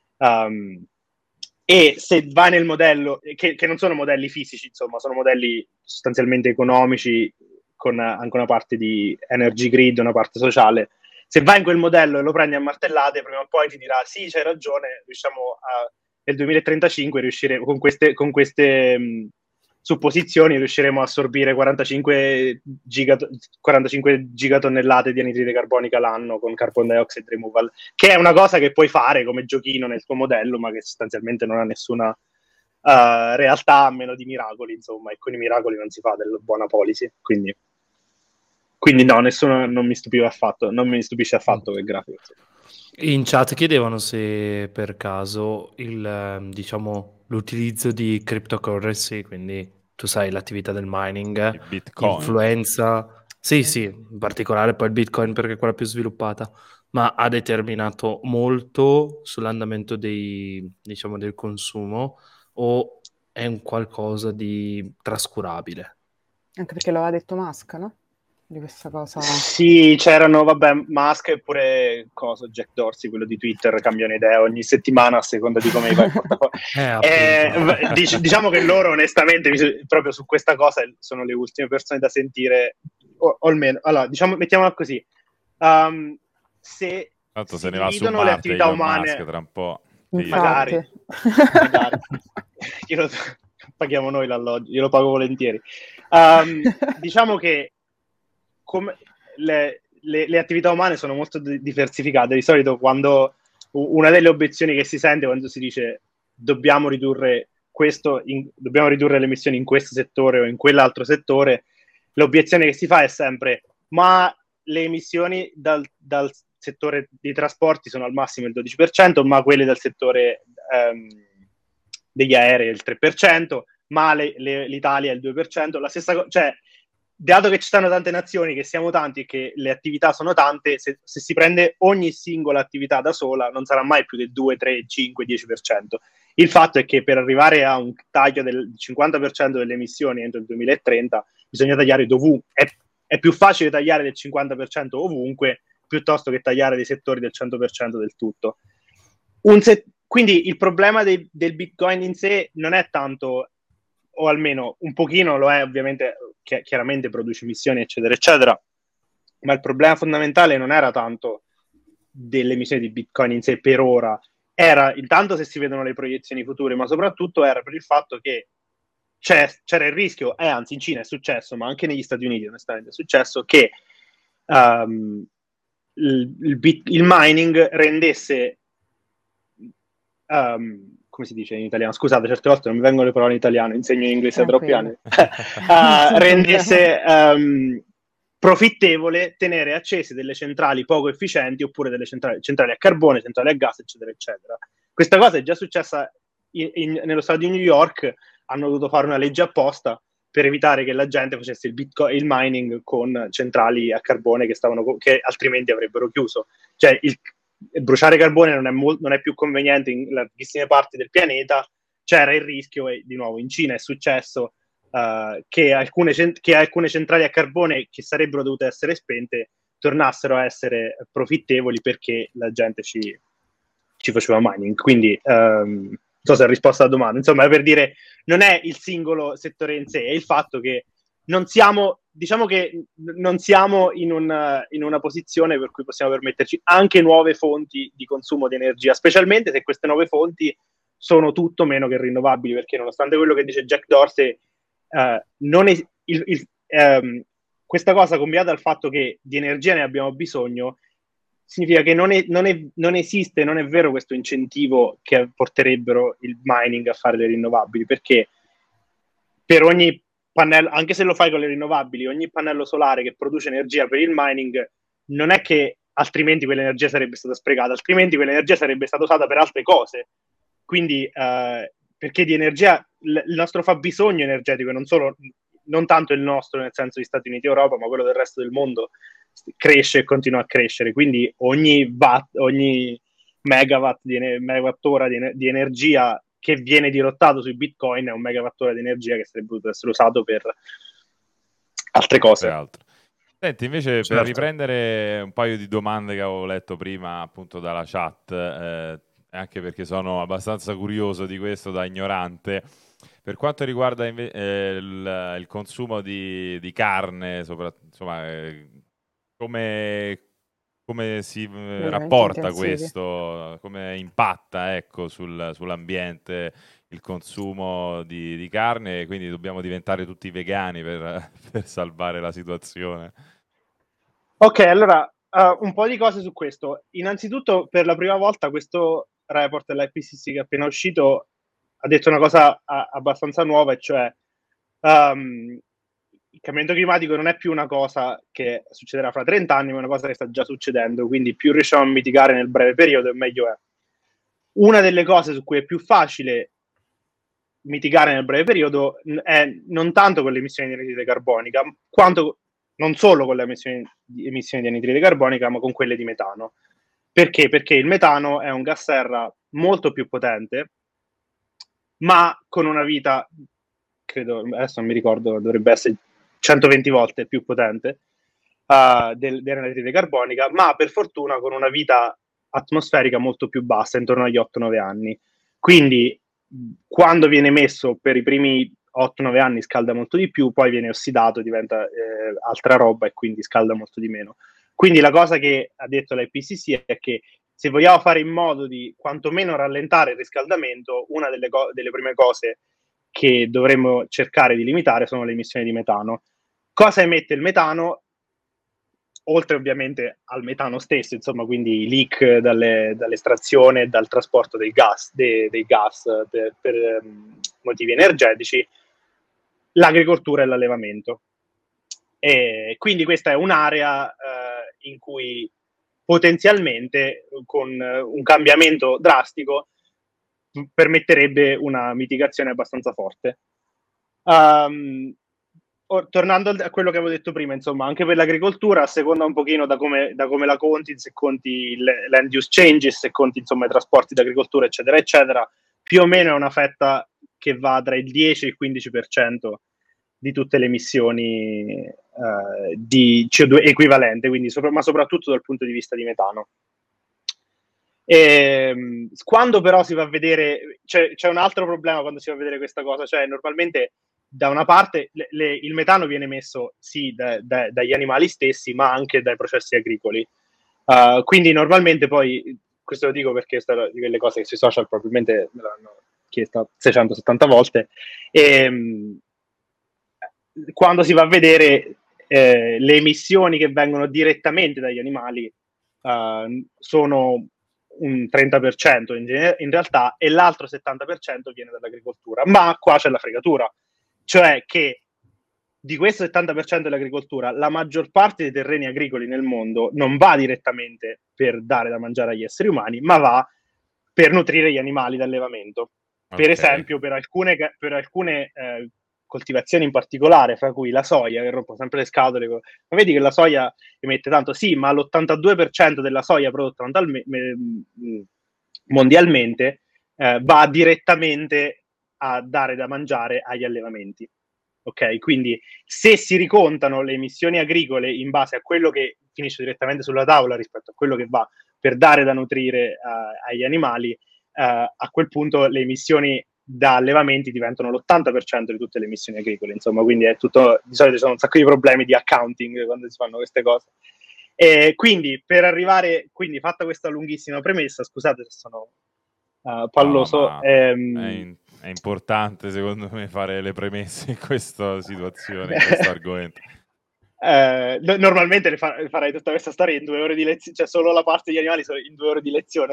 e se vai nel modello, che non sono modelli fisici, insomma, sono modelli sostanzialmente economici con anche una parte di energy grid, una parte sociale. Se vai in quel modello e lo prendi a martellate, prima o poi ti dirà sì, c'hai ragione, riusciamo nel 2035 riuscire con queste supposizioni riusciremo a assorbire 45 gigatonnellate di anidride carbonica l'anno con carbon dioxide removal, che è una cosa che puoi fare come giochino nel tuo modello, ma che sostanzialmente non ha nessuna realtà, a meno di miracoli, insomma, e con i miracoli non si fa della buona policy, quindi no, nessuno non mi stupisce affatto quel grafico. In chat chiedevano se per caso diciamo, l'utilizzo di cryptocurrency, quindi tu sai l'attività del mining, Il Bitcoin. influenza, sì, in particolare poi il Bitcoin perché è quella più sviluppata, ma ha determinato molto sull'andamento diciamo, del consumo, o è un qualcosa di trascurabile? Anche perché lo aveva detto Musk, no? Di questa cosa. Sì, c'erano, vabbè, Musk e pure Jack Dorsey, quello di Twitter, cambiano idea ogni settimana a seconda di come va il portafoglio. Diciamo che loro onestamente proprio su questa cosa sono le ultime persone da sentire, o almeno, allora, diciamo, mettiamola così. se Tanto si se ne va su dividono le Marte attività Elon umane. Musk tra un po'. Magari. Paghiamo noi l'alloggio, io lo pago volentieri. Diciamo che le attività umane sono molto diversificate. Di solito quando una delle obiezioni che si sente quando si dice dobbiamo ridurre le emissioni in questo settore o in quell'altro settore, l'obiezione che si fa è sempre ma le emissioni dal settore dei trasporti sono al massimo il 12%, ma quelle dal settore degli aerei è il 3%, ma l'Italia è il 2%. La stessa cosa, cioè, dato che ci stanno tante nazioni, che siamo tanti e che le attività sono tante, se si prende ogni singola attività da sola, non sarà mai più del 2, 3, 5, 10%. Il fatto è che per arrivare a un taglio del 50% delle emissioni entro il 2030 bisogna tagliare dovunque. È più facile tagliare del 50% ovunque piuttosto che tagliare dei settori del 100% del tutto. Quindi il problema del Bitcoin in sé non è tanto, o almeno un pochino lo è, ovviamente, chiaramente produce emissioni, eccetera, eccetera, ma il problema fondamentale non era tanto delle emissioni di Bitcoin in sé per ora, era intanto se si vedono le proiezioni future, ma soprattutto era per il fatto che c'era il rischio, e anzi in Cina è successo, ma anche negli Stati Uniti onestamente è successo, che il mining rendesse come si dice in italiano? Scusate, certe volte non mi vengono le parole in italiano, insegno in inglese da troppi anni. Rendesse profittevole tenere accese delle centrali poco efficienti oppure delle centrali a carbone, centrali a gas, eccetera, eccetera. Questa cosa è già successa nello stato di New York, hanno dovuto fare una legge apposta per evitare che la gente facesse il mining con centrali a carbone che altrimenti avrebbero chiuso. Cioè, bruciare carbone non è più conveniente in larghissime parti del pianeta. C'era il rischio, e di nuovo in Cina è successo, che alcune centrali a carbone che sarebbero dovute essere spente tornassero a essere profittevoli perché la gente ci faceva mining. Quindi non so se ho risposto alla domanda, insomma, è per dire, non è il singolo settore in sé, è il fatto che non siamo in una posizione per cui possiamo permetterci anche nuove fonti di consumo di energia, specialmente se queste nuove fonti sono tutto meno che rinnovabili, perché nonostante quello che dice Jack Dorsey, questa cosa combinata al fatto che di energia ne abbiamo bisogno significa che non esiste, non è vero questo incentivo che porterebbero il mining a fare le rinnovabili, perché per ogni pannello, anche se lo fai con le rinnovabili, ogni pannello solare che produce energia per il mining, non è che altrimenti quell'energia sarebbe stata sprecata, altrimenti quell'energia sarebbe stata usata per altre cose. Quindi, perché di energia, il nostro fabbisogno energetico, non tanto il nostro nel senso di Stati Uniti e Europa, ma quello del resto del mondo, cresce e continua a crescere. Quindi ogni megawattora di energia che viene dirottato sui bitcoin è un megawattora di energia che sarebbe potuto essere usato per altre cose. Senti, invece, per riprendere un paio di domande che avevo letto prima appunto dalla chat, anche perché sono abbastanza curioso di questo da ignorante, per quanto riguarda il consumo di carne, insomma, come si rapporta questo, come impatta, ecco, sull'ambiente il consumo di carne, quindi dobbiamo diventare tutti vegani per salvare la situazione. Ok, allora, un po' di cose su questo. Innanzitutto, per la prima volta questo report dell'IPCC che è appena uscito ha detto una cosa abbastanza nuova, e cioè il cambiamento climatico non è più una cosa che succederà fra 30 anni, ma una cosa che sta già succedendo, quindi più riusciamo a mitigare nel breve periodo, meglio è. Una delle cose su cui è più facile mitigare nel breve periodo è non tanto con le emissioni di anidride carbonica, quanto non solo con le emissioni di anidride carbonica, ma con quelle di metano. Perché? Perché il metano è un gas serra molto più potente, ma con una vita, credo, adesso non mi ricordo, dovrebbe essere 120 volte più potente dell'anidride carbonica, ma per fortuna con una vita atmosferica molto più bassa, intorno agli 8-9 anni. Quindi quando viene messo per i primi 8-9 anni scalda molto di più, poi viene ossidato, diventa altra roba e quindi scalda molto di meno. Quindi la cosa che ha detto l'IPCC è che se vogliamo fare in modo di quantomeno rallentare il riscaldamento, una delle prime cose che dovremmo cercare di limitare sono le emissioni di metano. Cosa emette il metano? Oltre ovviamente al metano stesso, insomma, quindi i leak dall'estrazione e dal trasporto dei gas per motivi energetici, l'agricoltura e l'allevamento. E quindi questa è un'area in cui potenzialmente con un cambiamento drastico permetterebbe una mitigazione abbastanza forte. Tornando a quello che avevo detto prima, insomma, anche per l'agricoltura, a seconda un pochino da come la conti, se conti land use changes, se conti insomma i trasporti d'agricoltura, eccetera, eccetera, più o meno è una fetta che va tra il 10 e il 15% di tutte le emissioni di CO2 equivalente, quindi ma soprattutto dal punto di vista di metano. Quando però si va a vedere, c'è un altro problema quando si va a vedere questa cosa, cioè normalmente da una parte il metano viene emesso sì dagli animali stessi, ma anche dai processi agricoli. Quindi normalmente poi, questo lo dico perché è una di quelle cose che sui social probabilmente me l'hanno chiesta 670 volte, quando si va a vedere le emissioni che vengono direttamente dagli animali sono un 30% in realtà, e l'altro 70% viene dall'agricoltura. Ma qua c'è la fregatura, cioè che di questo 70% dell'agricoltura, la maggior parte dei terreni agricoli nel mondo non va direttamente per dare da mangiare agli esseri umani, ma va per nutrire gli animali d'allevamento. Per esempio, per alcune coltivazioni in particolare, fra cui la soia, che rompo sempre le scatole, ma vedi che la soia emette tanto? Sì, ma l'82% della soia prodotta mondialmente va direttamente a dare da mangiare agli allevamenti. Ok, quindi se si ricontano le emissioni agricole in base a quello che finisce direttamente sulla tavola rispetto a quello che va per dare da nutrire agli animali, a quel punto le emissioni da allevamenti diventano l'80% di tutte le emissioni agricole, insomma, quindi è tutto, di solito ci sono un sacco di problemi di accounting quando si fanno queste cose. Quindi per arrivare, quindi fatta questa lunghissima premessa, scusate se sono palloso. No, è importante secondo me fare le premesse in questa situazione, in questo argomento. Normalmente farei tutta questa storia in 2 ore di lezione, cioè solo la parte degli animali in 2 ore di lezione,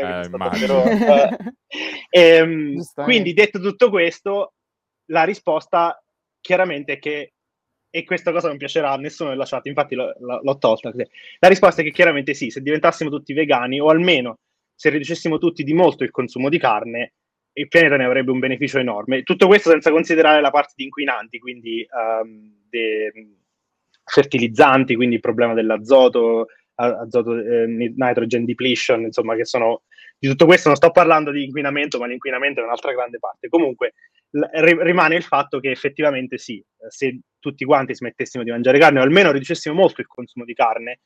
quindi detto tutto questo, la risposta chiaramente è che, e questa cosa non piacerà a nessuno nella chat, infatti l'ho tolta, la risposta è che chiaramente sì, se diventassimo tutti vegani, o almeno se riducessimo tutti di molto il consumo di carne, il pianeta ne avrebbe un beneficio enorme. Tutto questo senza considerare la parte di inquinanti, quindi fertilizzanti, quindi il problema dell'azoto, nitrogen depletion, insomma, che sono di tutto questo. Non sto parlando di inquinamento, ma l'inquinamento è un'altra grande parte. Comunque rimane il fatto che effettivamente sì, se tutti quanti smettessimo di mangiare carne, o almeno riducessimo molto il consumo di carne,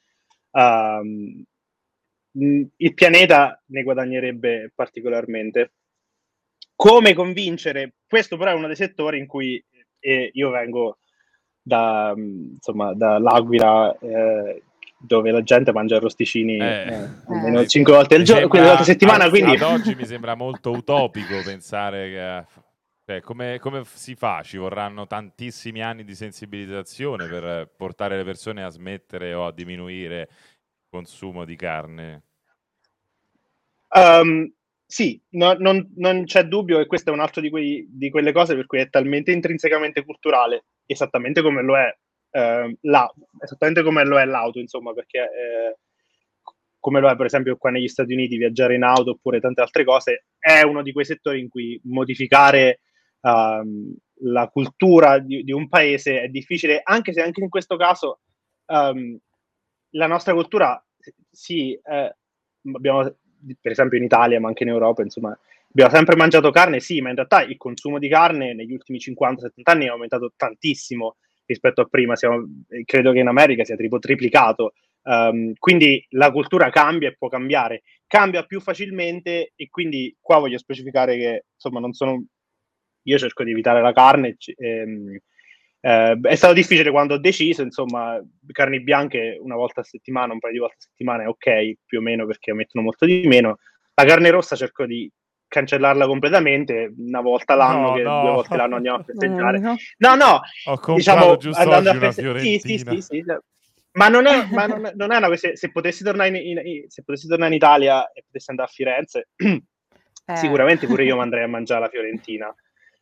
il pianeta ne guadagnerebbe particolarmente. Come convincere? Questo però è uno dei settori in cui io vengo dall'Aquila, dove la gente mangia arrosticini almeno 5 volte al giorno, 5 volte a settimana. Quindi ad oggi mi sembra molto utopico pensare che come si fa? Ci vorranno tantissimi anni di sensibilizzazione per portare le persone a smettere o a diminuire il consumo di carne. Sì, non c'è dubbio, e questo è un altro di quelle cose per cui è talmente intrinsecamente culturale, esattamente come lo è esattamente come lo è l'auto, insomma, perché come lo è per esempio qua negli Stati Uniti, viaggiare in auto oppure tante altre cose, è uno di quei settori in cui modificare la cultura di un paese è difficile, anche se anche in questo caso la nostra cultura, sì, abbiamo, per esempio in Italia, ma anche in Europa, insomma, abbiamo sempre mangiato carne, sì, ma in realtà il consumo di carne negli ultimi 50-70 anni è aumentato tantissimo rispetto a prima. Credo che in America sia triplicato. Quindi la cultura cambia e può cambiare, cambia più facilmente, e quindi qua voglio specificare che insomma io cerco di evitare la carne, È stato difficile quando ho deciso, insomma, carni bianche una volta a settimana, un paio di volte a settimana è ok, più o meno, perché mettono molto di meno. La carne rossa cerco di cancellarla completamente, una volta l'anno, che 2 volte l'anno andiamo a festeggiare. No. No, Ho comprato diciamo, giusto andando oggi a una festeggiare. fiorentina. Sì. Ma non è una questione. Se potessi tornare in Italia e potessi andare a Firenze, sicuramente pure io mi andrei a mangiare la fiorentina.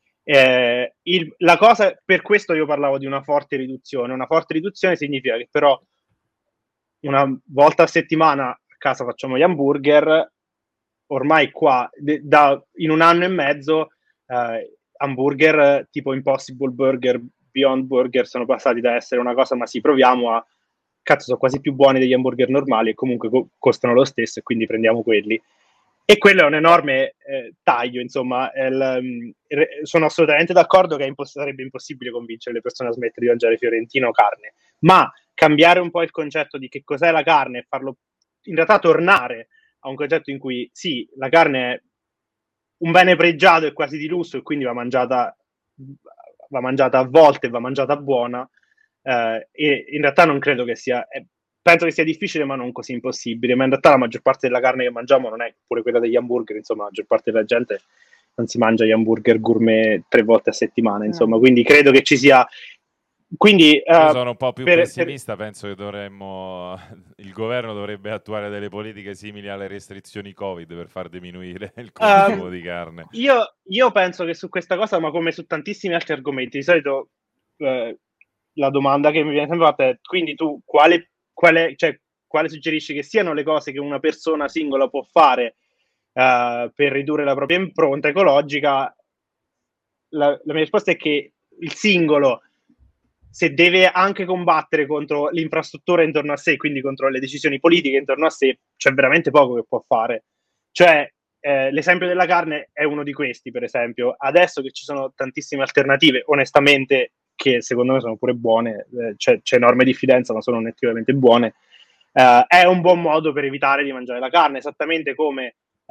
La cosa, per questo io parlavo di una forte riduzione. Una forte riduzione significa che però una volta a settimana a casa facciamo gli hamburger. Ormai qua, in un anno e mezzo, hamburger tipo Impossible Burger, Beyond Burger sono passati da essere una cosa, ma sì, proviamo a... Cazzo, sono quasi più buoni degli hamburger normali e comunque costano lo stesso e quindi prendiamo quelli. E quello è un enorme taglio, insomma. Sono assolutamente d'accordo che sarebbe impossibile convincere le persone a smettere di mangiare fiorentina o carne, ma cambiare un po' il concetto di che cos'è la carne e farlo in realtà tornare a un concetto in cui sì, la carne è un bene pregiato e quasi di lusso e quindi va mangiata a volte, va mangiata buona, e in realtà non credo che sia... penso che sia difficile ma non così impossibile, ma in realtà la maggior parte della carne che mangiamo non è pure quella degli hamburger, insomma la maggior parte della gente non si mangia gli hamburger gourmet 3 volte a settimana, insomma, quindi credo che ci sia... Quindi, io sono un po' più pessimista, penso che il governo dovrebbe attuare delle politiche simili alle restrizioni Covid per far diminuire il consumo di carne. Io penso che su questa cosa, ma come su tantissimi altri argomenti, di solito la domanda che mi viene sempre fatta è: quindi tu quale suggerisci che siano le cose che una persona singola può fare per ridurre la propria impronta ecologica? La mia risposta è che il singolo, se deve anche combattere contro l'infrastruttura intorno a sé, quindi contro le decisioni politiche intorno a sé, c'è veramente poco che può fare. Cioè, l'esempio della carne è uno di questi, per esempio. Adesso che ci sono tantissime alternative, onestamente, che secondo me sono pure buone, c'è enorme diffidenza, ma sono oggettivamente buone, è un buon modo per evitare di mangiare la carne, esattamente come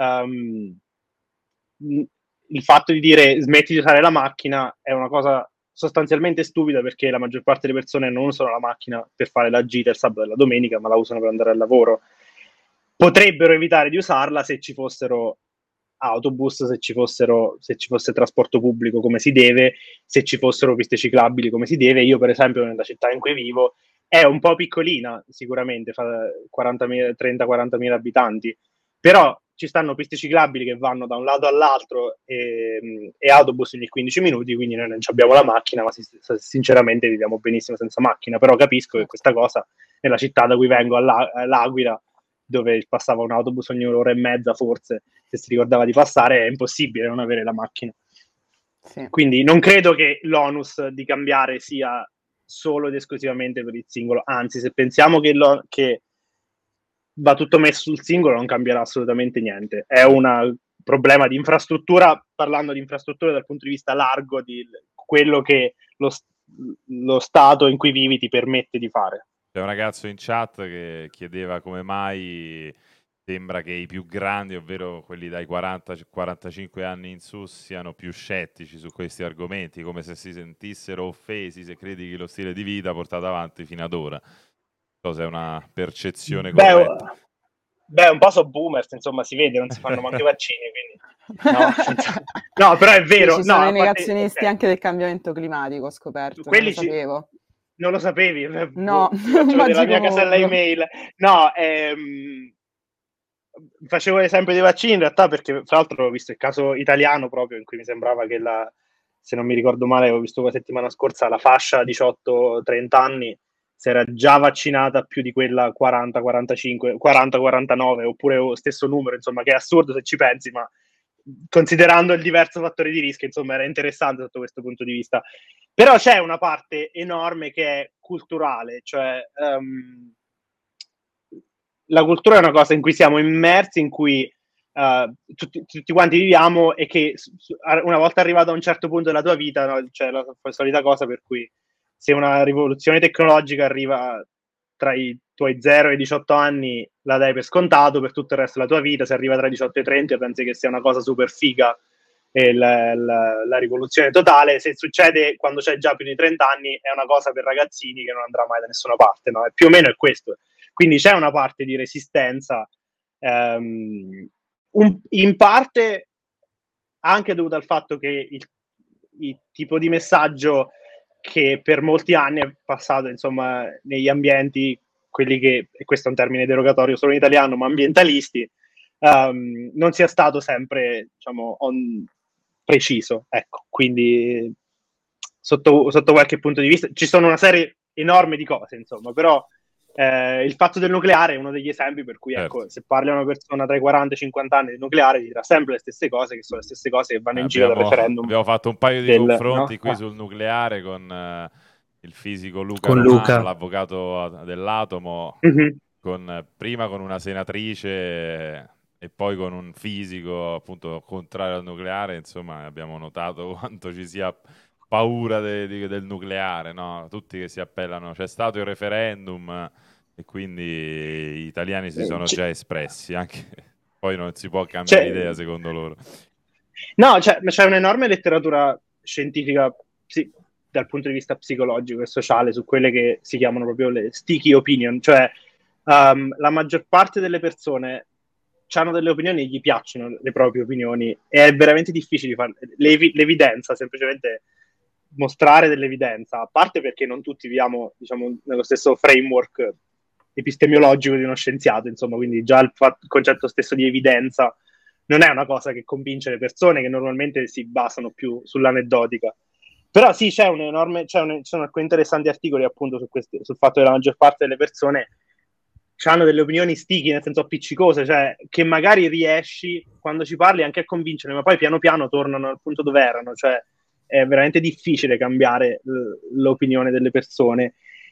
il fatto di dire smetti di usare la macchina è una cosa sostanzialmente stupida, perché la maggior parte delle persone non usano la macchina per fare la gita il sabato e la domenica, ma la usano per andare al lavoro. Potrebbero evitare di usarla se ci fossero autobus, se ci fosse trasporto pubblico come si deve, se ci fossero piste ciclabili come si deve. Io, per esempio, nella città in cui vivo, è un po' piccolina, sicuramente, fa 30-40.000 abitanti, però ci stanno piste ciclabili che vanno da un lato all'altro e autobus ogni 15 minuti, quindi noi non abbiamo la macchina, ma sinceramente viviamo benissimo senza macchina. Però capisco che questa cosa, nella città da cui vengo, all'Aquila, dove passava un autobus ogni ora e mezza, forse, se si ricordava di passare, è impossibile non avere la macchina. Sì. Quindi non credo che l'onus di cambiare sia solo ed esclusivamente per il singolo, anzi, se pensiamo che va tutto messo sul singolo non cambierà assolutamente niente. È un problema di infrastruttura, parlando di infrastrutture dal punto di vista largo, di quello che lo stato in cui vivi ti permette di fare. C'è un ragazzo in chat che chiedeva come mai sembra che i più grandi, ovvero quelli dai 40-45 anni in su, siano più scettici su questi argomenti, come se si sentissero offesi se critichi lo stile di vita portato avanti fino ad ora. Non so se è una percezione corretta. Beh, un po' so boomers, insomma, si vede, non si fanno manco i vaccini, quindi... No, però è vero. Sì, ci sono i negazionisti anche del cambiamento climatico, ho scoperto, quelli non lo sapevo. Non lo sapevi? No, della mia casella email. No, facevo l'esempio dei vaccini in realtà perché, fra l'altro, ho visto il caso italiano proprio, in cui mi sembrava che se non mi ricordo male, avevo visto la settimana scorsa, la fascia 18-30 anni si era già vaccinata più di quella 40-45, 40-49, oppure lo stesso numero, insomma, che è assurdo se ci pensi, ma considerando il diverso fattore di rischio, insomma, era interessante sotto questo punto di vista. Però c'è una parte enorme che è culturale, cioè la cultura è una cosa in cui siamo immersi, in cui tutti quanti viviamo, e che una volta arrivato a un certo punto della tua vita, no, c'è la solita cosa per cui se una rivoluzione tecnologica arriva tra i tuoi 0 e i 18 anni, la dai per scontato per tutto il resto della tua vita. Se arriva tra i 18 e i 30 pensi che sia una cosa super figa e la rivoluzione totale, se succede quando c'è già più di 30 anni è una cosa per ragazzini che non andrà mai da nessuna parte, no? E più o meno è questo. Quindi c'è una parte di resistenza, in parte anche dovuta al fatto che il tipo di messaggio che per molti anni è passato, insomma, negli ambienti, quelli che, e questo è un termine derogatorio solo in italiano, ma ambientalisti, non sia stato sempre, diciamo, preciso, ecco. Quindi sotto qualche punto di vista ci sono una serie enorme di cose, insomma, però il fatto del nucleare è uno degli esempi per cui, ecco, se parli a una persona tra i 40 e i 50 anni di nucleare, ti dirà sempre le stesse cose, che sono le stesse cose che vanno in giro dal referendum. Abbiamo fatto un paio di confronti qui sul nucleare con il fisico Luca Romano, l'avvocato dell'atomo, prima con una senatrice e poi con un fisico appunto contrario al nucleare. Insomma, abbiamo notato quanto ci sia paura del nucleare, no? Tutti che si appellano, c'è stato il referendum e quindi gli italiani si sono già espressi, anche poi non si può cambiare idea secondo loro. No, c'è un'enorme letteratura scientifica dal punto di vista psicologico e sociale su quelle che si chiamano proprio le sticky opinion, cioè la maggior parte delle persone hanno delle opinioni e gli piacciono le proprie opinioni, e è veramente difficile fare l'evidenza, semplicemente mostrare dell'evidenza, a parte perché non tutti viviamo, diciamo, nello stesso framework epistemiologico di uno scienziato, insomma, quindi già il concetto stesso di evidenza non è una cosa che convince le persone, che normalmente si basano più sull'aneddotica. Però sì, ci sono alcuni interessanti articoli appunto sul fatto che la maggior parte delle persone hanno delle opinioni sticky, nel senso appiccicose, cioè che magari riesci, quando ci parli, anche a convincere, ma poi piano piano tornano al punto dove erano, cioè è veramente difficile cambiare l'opinione delle persone.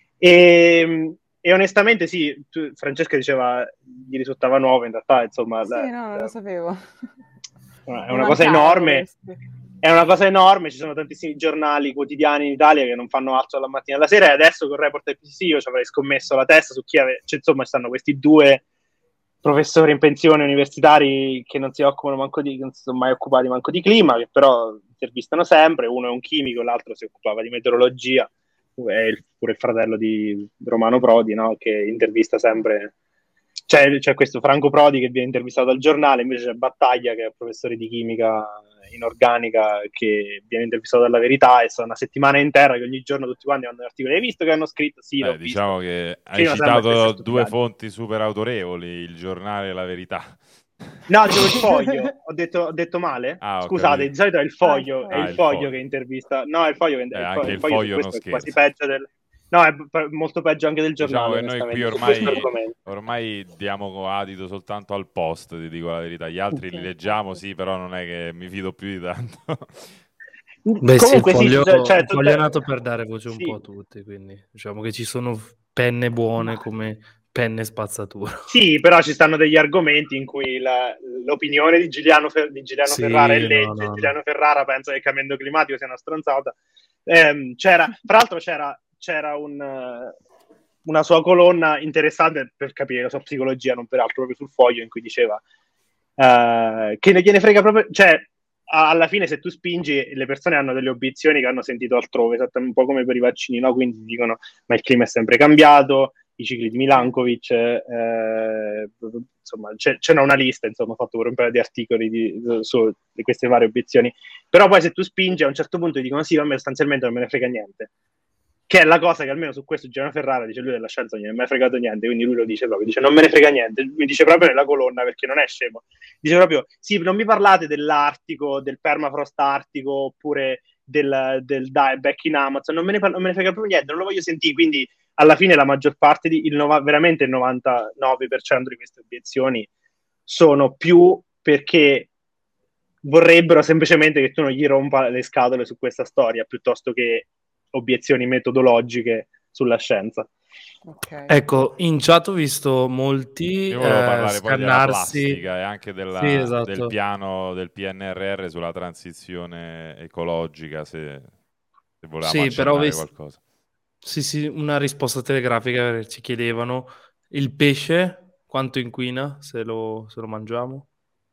E onestamente sì, Francesca diceva gli risultava nuovo, in realtà insomma sì, no, non lo sapevo. È una cosa enorme. È una cosa enorme, ci sono tantissimi giornali quotidiani in Italia che non fanno altro dalla mattina alla sera, e adesso con il report IPCC io ci avrei scommesso la testa su chi insomma, ci stanno questi due professori in pensione universitari che non si sono mai occupati manco di clima, che però intervistano sempre. Uno è un chimico, l'altro si occupava di meteorologia, è pure il fratello di Romano Prodi, no? Che intervista sempre. C'è questo Franco Prodi che viene intervistato al giornale, invece c'è Battaglia che è professore di chimica inorganica che viene intervistato dalla Verità, e sono una settimana intera che ogni giorno tutti quanti hanno articoli. Hai visto che hanno scritto? Sì, l'ho diciamo visto. Che hai citato due fonti super autorevoli, il giornale e la Verità. No, dicevo il Foglio. Ho detto male? Scusate, di solito è il Foglio, è il Foglio che intervista. No, è il Foglio che anche il Foglio non scherza. Quasi peggio No, è molto peggio anche del giornale. Diciamo che noi qui ormai diamo adito soltanto al Post, ti dico la verità. Gli altri li leggiamo, sì, però non è che mi fido più di tanto. Beh, comunque sì, il Foglio è nato per dare voce un po' a tutti, quindi diciamo che ci sono penne buone come penne spazzatura. Sì, però ci stanno degli argomenti in cui l'opinione di Giuliano Ferrara è legge. Giuliano Ferrara pensa che il cambiamento climatico sia una stronzata. Tra l'altro c'era una sua colonna interessante per capire la sua psicologia, non peraltro, proprio sul Foglio, in cui diceva che ne gliene frega proprio, cioè alla fine se tu spingi, le persone hanno delle obiezioni che hanno sentito altrove, esattamente un po' come per i vaccini, no? Quindi dicono ma il clima è sempre cambiato, i cicli di Milankovic, insomma c'è una lista, insomma, ho fatto pure un paio di articoli su queste varie obiezioni. Però poi se tu spingi, a un certo punto dicono sì, a me sostanzialmente non me ne frega niente, che è la cosa che almeno su questo Giuliano Ferrara dice: lui della scienza non gli è mai fregato niente, quindi lui lo dice proprio, dice non me ne frega niente, mi dice proprio nella colonna, perché non è scemo, dice proprio sì, non mi parlate dell'Artico, del permafrost artico, oppure del back in Amazon, non me ne frega proprio niente, non lo voglio sentire. Quindi alla fine la maggior parte veramente il 99% di queste obiezioni sono più perché vorrebbero semplicemente che tu non gli rompa le scatole su questa storia, piuttosto che obiezioni metodologiche sulla scienza. Okay. Ecco, in chat ho visto molti Io volevo parlare poi della scannarsi plastica e anche del piano del PNRR sulla transizione ecologica, se volevamo accennare qualcosa. Sì, una risposta telegrafica, perché ci chiedevano il pesce quanto inquina se lo mangiamo?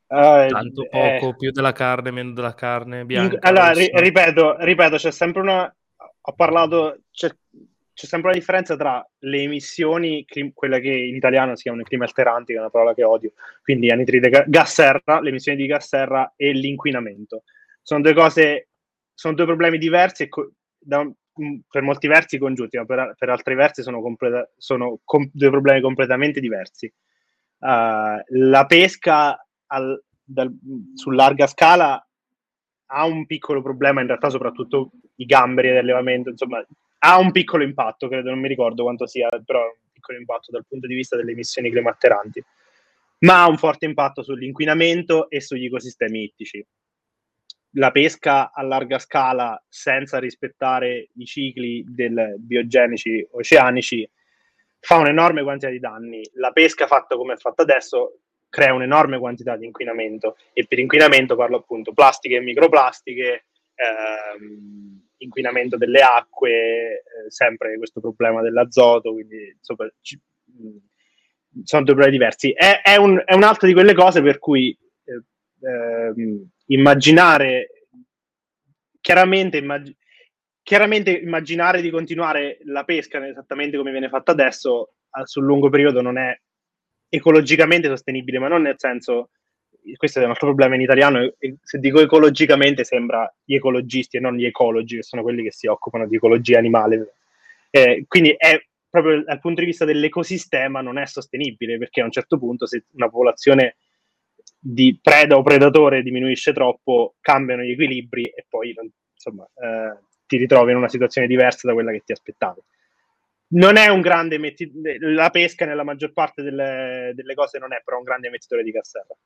Tanto poco, più della carne, meno della carne, bianca, allora, rossa. ripeto, c'è sempre c'è sempre una differenza tra le emissioni, quella che in italiano si chiamano climi alteranti, che è una parola che odio, quindi anidride gas serra, le emissioni di gas serra e l'inquinamento. Sono due cose, sono due problemi diversi e per molti versi congiunti, ma per altri versi sono due problemi completamente diversi. La pesca su larga scala ha un piccolo problema, in realtà soprattutto i gamberi dell'allevamento, insomma, ha un piccolo impatto, credo, non mi ricordo quanto sia, però ha un piccolo impatto dal punto di vista delle emissioni climalteranti, ma ha un forte impatto sull'inquinamento e sugli ecosistemi ittici. La pesca a larga scala senza rispettare i cicli biogenici oceanici fa un'enorme quantità di danni. La pesca fatta come è fatta adesso crea un'enorme quantità di inquinamento, e per inquinamento parlo appunto plastiche e microplastiche, inquinamento delle acque, sempre questo problema dell'azoto, quindi insomma, sono due problemi diversi. È un'altra di quelle cose per cui immaginare chiaramente immaginare di continuare la pesca esattamente come viene fatta adesso sul lungo periodo non è ecologicamente sostenibile, ma non nel senso, questo è un altro problema in italiano, e se dico ecologicamente sembra gli ecologisti e non gli ecologi, che sono quelli che si occupano di ecologia animale. Quindi è proprio dal punto di vista dell'ecosistema non è sostenibile, perché a un certo punto se una popolazione di preda o predatore diminuisce troppo, cambiano gli equilibri e poi insomma ti ritrovi in una situazione diversa da quella che ti aspettavi. Non è un grande la pesca nella maggior parte delle cose non è però un grande emettitore di gas serra.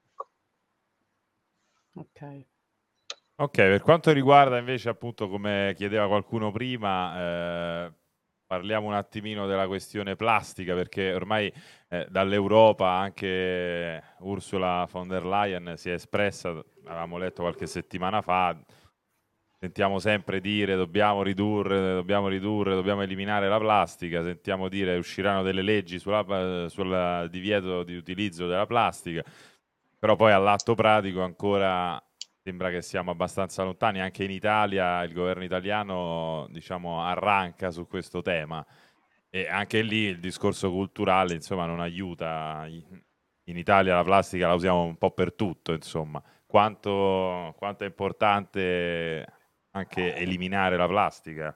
Ok, per quanto riguarda invece appunto come chiedeva qualcuno prima, parliamo un attimino della questione plastica, perché ormai dall'Europa anche Ursula von der Leyen si è espressa, avevamo letto qualche settimana fa, sentiamo sempre dire dobbiamo ridurre, dobbiamo eliminare la plastica, sentiamo dire usciranno delle leggi sul divieto di utilizzo della plastica, però poi all'atto pratico ancora sembra che siamo abbastanza lontani. Anche in Italia il governo italiano, diciamo, arranca su questo tema, e anche lì il discorso culturale, insomma, non aiuta. In Italia la plastica la usiamo un po' per tutto, insomma. Quanto è importante anche eliminare la plastica?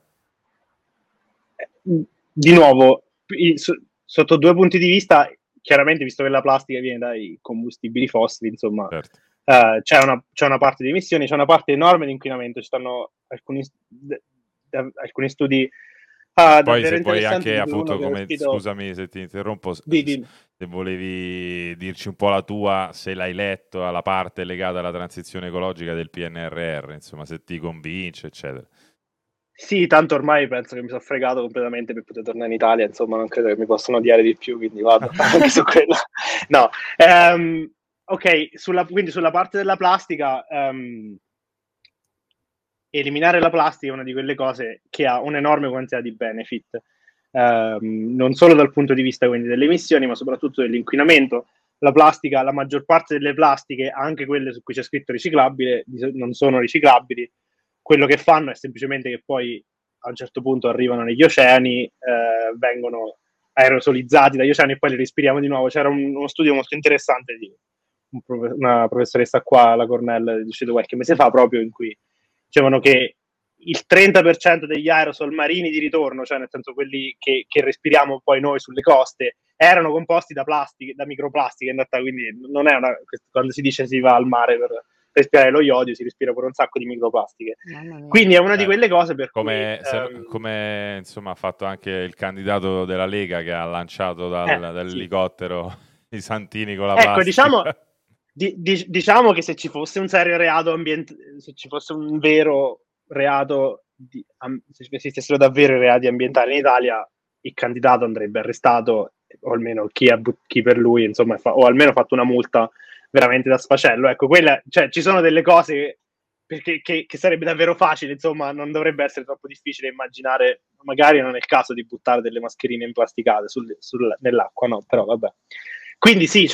Di nuovo, sotto due punti di vista, chiaramente, visto che la plastica viene dai combustibili fossili, insomma, Certo. c'è una parte di emissioni, c'è una parte enorme di inquinamento. Ci stanno alcuni studi poi se vuoi anche appunto scusami se ti interrompo, se volevi dirci un po' la tua, se l'hai letto, alla parte legata alla transizione ecologica del PNRR, insomma, se ti convince, eccetera. Sì, tanto ormai penso che mi sono fregato completamente per poter tornare in Italia, insomma, non credo che mi possano odiare di più, quindi vado anche su quella. No, ok, quindi sulla parte della plastica, eliminare la plastica è una di quelle cose che ha un'enorme quantità di benefit, non solo dal punto di vista quindi delle emissioni, ma soprattutto dell'inquinamento. La plastica, la maggior parte delle plastiche, anche quelle su cui c'è scritto riciclabile, non sono riciclabili. Quello che fanno è semplicemente che poi a un certo punto arrivano negli oceani, vengono aerosolizzati dagli oceani e poi li respiriamo di nuovo. C'era uno studio molto interessante di una professoressa qua alla Cornell, uscito qualche mese fa, proprio in cui dicevano che il 30% degli aerosol marini di ritorno, cioè nel senso quelli che respiriamo poi noi sulle coste, erano composti da microplastiche, in realtà, quindi non è quando si dice si va al mare per respirare lo iodio, si respira pure un sacco di microplastiche. Quindi è una di quelle cose per come insomma ha fatto anche il candidato della Lega che ha lanciato dall'elicottero i santini con la plastica. Diciamo che se ci fosse un serio reato se ci fosse un vero reato, se esistessero davvero i reati ambientali in Italia, il candidato andrebbe arrestato, o almeno chi per lui, insomma, o almeno fatto una multa veramente da sfacelo. Ecco, cioè, ci sono delle cose che sarebbe davvero facile, insomma, non dovrebbe essere troppo difficile immaginare. Magari non è il caso di buttare delle mascherine implasticate nell'acqua, no? Però vabbè. Quindi sì, cioè,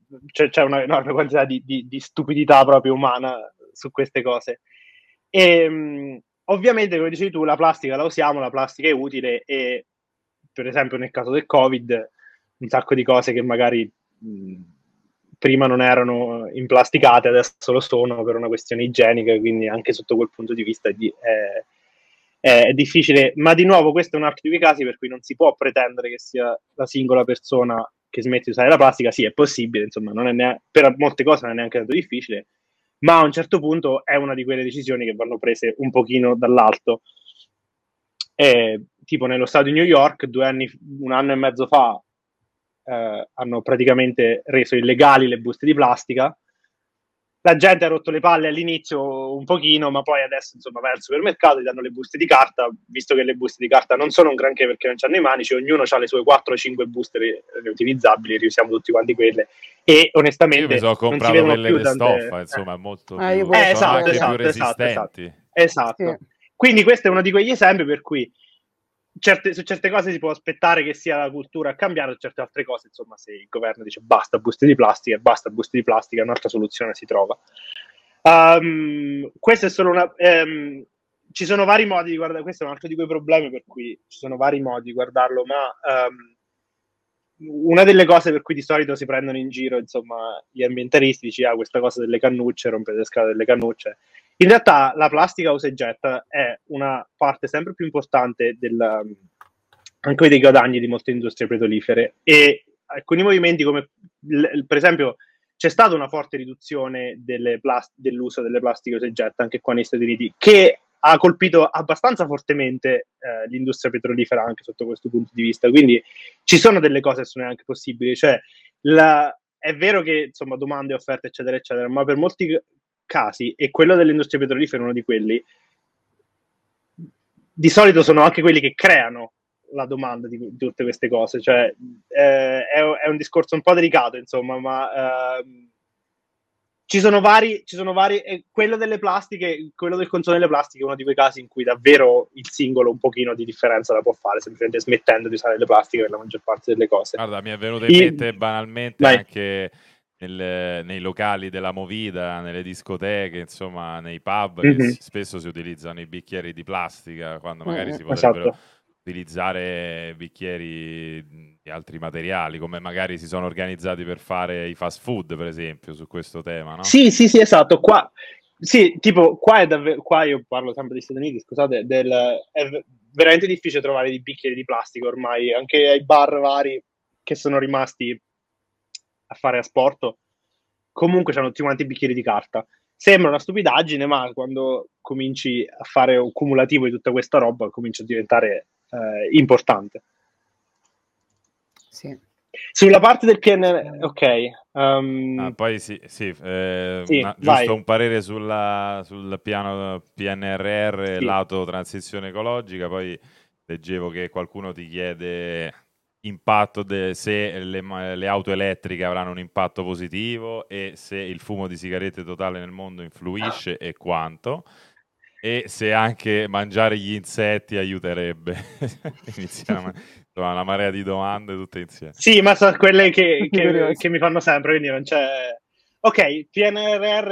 c'è una enorme quantità di stupidità proprio umana su queste cose. E ovviamente, come dicevi tu, la plastica la usiamo, la plastica è utile, e per esempio nel caso del Covid un sacco di cose che magari prima non erano implasticate adesso lo sono per una questione igienica, quindi anche sotto quel punto di vista è difficile. Ma di nuovo questo è un altro di quei casi per cui non si può pretendere che sia la singola persona che smette di usare la plastica. Sì, è possibile, insomma, non è per molte cose non è neanche tanto difficile, ma a un certo punto è una di quelle decisioni che vanno prese un pochino dall'alto. Tipo nello stato di New York, 1 anno e mezzo fa, hanno praticamente reso illegali le buste di plastica. La gente ha rotto le palle all'inizio un pochino, ma poi adesso insomma vai al supermercato, ti danno le buste di carta, visto che le buste di carta non sono un granché perché non hanno i manici, ognuno ha le sue 4 o 5 buste reutilizzabili, riusiamo tutti quanti quelle, e onestamente io mi sono non si comprato vedono quelle più di tante... stoffa, insomma, molto più, io sono pure esatto, anche esatto, più esatto, resistenti. esatto. Sì. Quindi questo è uno di quegli esempi per cui su certe cose si può aspettare che sia la cultura a cambiare, su certe altre cose, insomma, se il governo dice basta buste di plastica, un'altra soluzione si trova. Questo è solo una... ci sono vari modi di guardare, questo è un altro di quei problemi per cui ci sono vari modi di guardarlo, ma una delle cose per cui di solito si prendono in giro, insomma, gli ambientalisti, dice questa cosa delle cannucce, rompete le scale delle cannucce. In realtà la plastica usa e getta è una parte sempre più importante anche dei guadagni di molte industrie petrolifere, e alcuni movimenti come per esempio c'è stata una forte riduzione dell'uso delle plastiche usa e getta anche qua negli Stati Uniti, che ha colpito abbastanza fortemente l'industria petrolifera anche sotto questo punto di vista. Quindi ci sono delle cose che sono anche possibili, cioè è vero che insomma domande e offerte eccetera eccetera, ma per molti casi, e quello dell'industria petrolifera è uno di quelli, di solito sono anche quelli che creano la domanda di tutte queste cose, cioè è un discorso un po' delicato, insomma, ma ci sono vari e quello delle plastiche, quello del consumo delle plastiche è uno di quei casi in cui davvero il singolo un pochino di differenza la può fare, semplicemente smettendo di usare le plastiche per la maggior parte delle cose. Guarda, mi è venuto in mente banalmente anche nei locali della movida, nelle discoteche, insomma, nei pub, che spesso si utilizzano i bicchieri di plastica, quando magari si potrebbero utilizzare bicchieri di altri materiali, come magari si sono organizzati per fare i fast food, per esempio, su questo tema, no? Sì, esatto. Qua io parlo sempre degli Stati Uniti, scusate, è veramente difficile trovare dei bicchieri di plastica ormai, anche ai bar vari che sono rimasti a fare asporto, comunque c'hanno tutti quanti i bicchieri di carta. Sembra una stupidaggine, ma quando cominci a fare un cumulativo di tutta questa roba comincia a diventare importante. Sì. Sulla parte del PNR, ok. Poi sì, giusto un parere sul piano PNRR, lato transizione ecologica. Poi leggevo che qualcuno ti chiede impatto se le auto elettriche avranno un impatto positivo, e se il fumo di sigarette totale nel mondo influisce e quanto, e se anche mangiare gli insetti aiuterebbe. Iniziamo una marea di domande tutte insieme. Sì, ma sono quelle che mi fanno sempre, quindi non c'è... Ok, PNRR,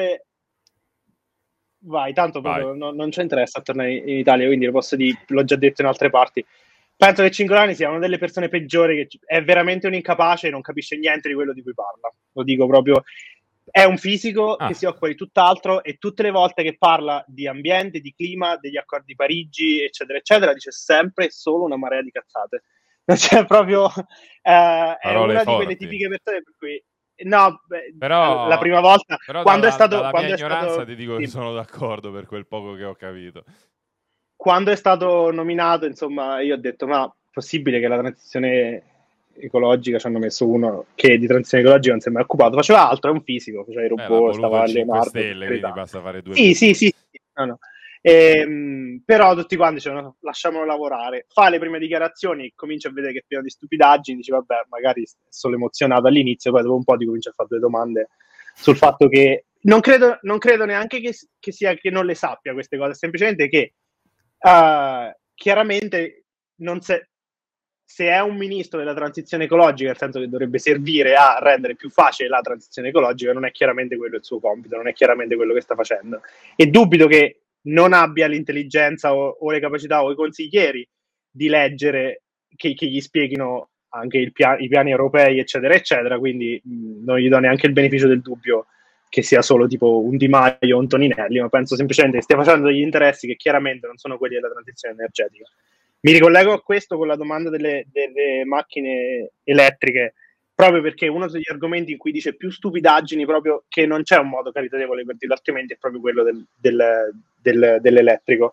vai, tanto proprio non c'è interesse a tornare in Italia, quindi lo posso dire, l'ho già detto in altre parti. Penso che Cingolani sia una delle persone peggiori, che è veramente un incapace e non capisce niente di quello di cui parla. Lo dico proprio... È un fisico che si occupa di tutt'altro, e tutte le volte che parla di ambiente, di clima, degli accordi di Parigi, eccetera, eccetera, dice sempre solo una marea di cazzate. Cioè, proprio è una di quelle tipiche persone per cui però, la prima volta quando è stato dalla mia ignoranza ti dico che sono d'accordo per quel poco che ho capito. Quando è stato nominato, insomma, io ho detto: ma è possibile che la transizione ecologica, ci hanno messo uno che di transizione ecologica non si è mai occupato, faceva altro, è un fisico, faceva i robot, stava a 5 Stelle, quindi basta fare due. Sì. No. Però tutti quanti dicevano: lasciamolo lavorare, fa le prime dichiarazioni, comincia a vedere che è pieno di stupidaggini, dice vabbè, magari è solo emozionato all'inizio, poi dopo un po' ti comincia a fare delle domande sul fatto che non credo neanche che sia che non le sappia queste cose, semplicemente che chiaramente non si se è un ministro della transizione ecologica, nel senso che dovrebbe servire a rendere più facile la transizione ecologica, non è chiaramente quello il suo compito, non è chiaramente quello che sta facendo. E dubito che non abbia l'intelligenza o le capacità o i consiglieri di leggere, che gli spieghino anche i piani europei, eccetera, eccetera, quindi non gli do neanche il beneficio del dubbio che sia solo tipo un Di Maio o un Toninelli, ma penso semplicemente che stia facendo degli interessi che chiaramente non sono quelli della transizione energetica. Mi ricollego a questo con la domanda delle macchine elettriche, proprio perché uno degli argomenti in cui dice più stupidaggini, proprio che non c'è un modo caritatevole per dirlo altrimenti, è proprio quello dell'elettrico.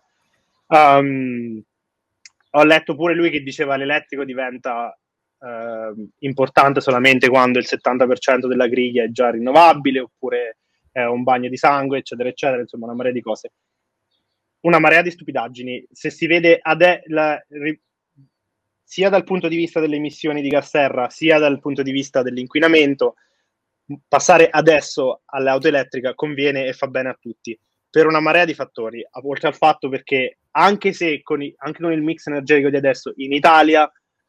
Ho letto pure lui che diceva l'elettrico diventa importante solamente quando il 70% della griglia è già rinnovabile, oppure è un bagno di sangue, eccetera, eccetera, insomma una marea di cose. Una marea di stupidaggini. Se si vede sia dal punto di vista delle emissioni di gas serra, sia dal punto di vista dell'inquinamento, passare adesso all'auto elettrica conviene e fa bene a tutti, per una marea di fattori, oltre al fatto perché anche con il mix energetico di adesso in Italia,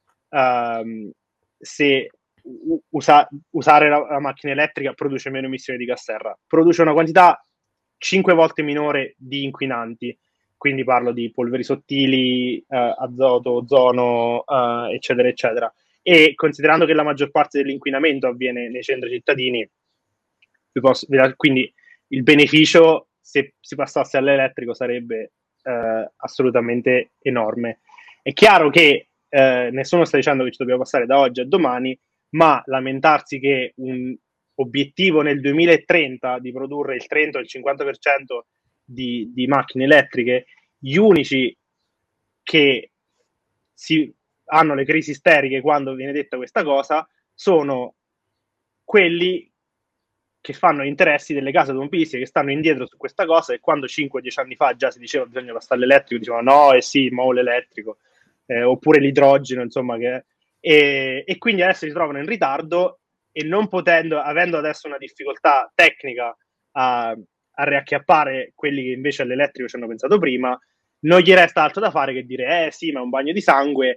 se usare la macchina elettrica produce meno emissioni di gas serra, produce una quantità 5 volte minore di inquinanti, quindi parlo di polveri sottili, azoto, ozono, eccetera, eccetera. E considerando che la maggior parte dell'inquinamento avviene nei centri cittadini, quindi il beneficio, se si passasse all'elettrico, sarebbe assolutamente enorme. È chiaro che nessuno sta dicendo che ci dobbiamo passare da oggi a domani, ma lamentarsi che un obiettivo nel 2030 di produrre il 30 o il 50% di macchine elettriche, gli unici che hanno le crisi isteriche quando viene detta questa cosa sono quelli che fanno interessi delle case automobilistiche, che stanno indietro su questa cosa, e quando 5-10 anni fa già si diceva bisogna passare all'elettrico, dicevano no, sì, mo l'elettrico, oppure l'idrogeno, insomma, e quindi adesso si trovano in ritardo e non potendo, avendo adesso una difficoltà tecnica a riacchiappare quelli che invece all'elettrico ci hanno pensato prima, non gli resta altro da fare che dire sì, ma è un bagno di sangue,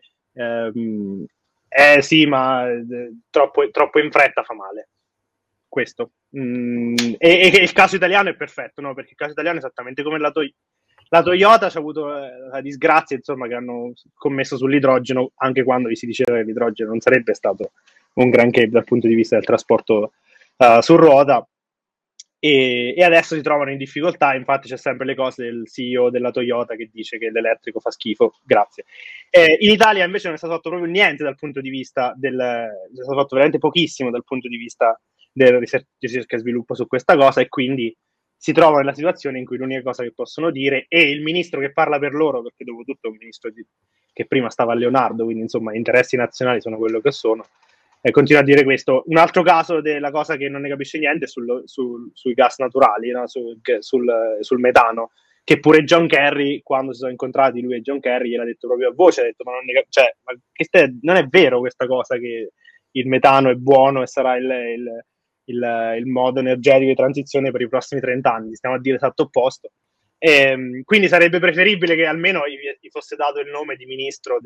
sì, ma troppo in fretta fa male. Questo. E il caso italiano è perfetto, no? Perché il caso italiano è esattamente come la Toyota, c'ha avuto la disgrazia, insomma, che hanno commesso sull'idrogeno, anche quando vi si diceva che l'idrogeno non sarebbe stato un granché dal punto di vista del trasporto su ruota, e adesso si trovano in difficoltà. Infatti c'è sempre le cose del CEO della Toyota che dice che l'elettrico fa schifo, grazie. In Italia invece non è stato fatto proprio niente dal punto di vista è stato fatto veramente pochissimo dal punto di vista della ricerca e sviluppo su questa cosa, e quindi si trovano nella situazione in cui l'unica cosa che possono dire, e il ministro che parla per loro, perché dopo tutto è un ministro che prima stava a Leonardo, quindi insomma gli interessi nazionali sono quello che sono, e continua a dire questo. Un altro caso della cosa che non ne capisce niente è sui gas naturali, no? sul metano, che pure John Kerry, quando si sono incontrati lui e John Kerry, gliel'ha detto proprio a voce, ha detto ma non è vero questa cosa che il metano è buono e sarà il modo energetico di transizione per i prossimi 30 anni, stiamo a dire l'esatto opposto. Quindi sarebbe preferibile che almeno gli fosse dato il nome di ministro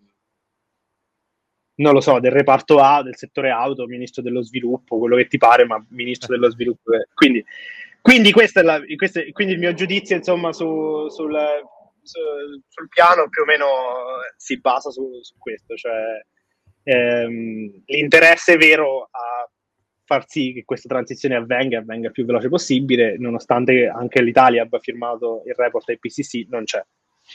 non lo so, del reparto A, del settore auto, ministro dello sviluppo, quello che ti pare, ma ministro dello sviluppo. Quindi quindi il mio giudizio, insomma, sul piano più o meno si basa su questo, cioè l'interesse vero a far sì che questa transizione avvenga il più veloce possibile, nonostante anche l'Italia abbia firmato il report IPCC, non c'è.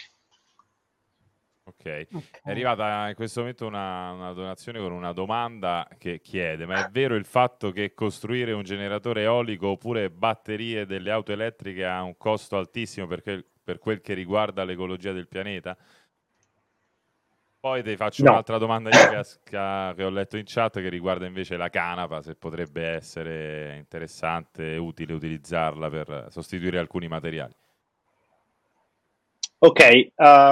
Ok, è arrivata in questo momento una donazione con una domanda che chiede: ma è vero il fatto che costruire un generatore eolico oppure batterie delle auto elettriche ha un costo altissimo per quel che riguarda l'ecologia del pianeta? Poi ti faccio un'altra domanda che ho letto in chat, che riguarda invece la canapa, se potrebbe essere interessante e utile utilizzarla per sostituire alcuni materiali. Ok,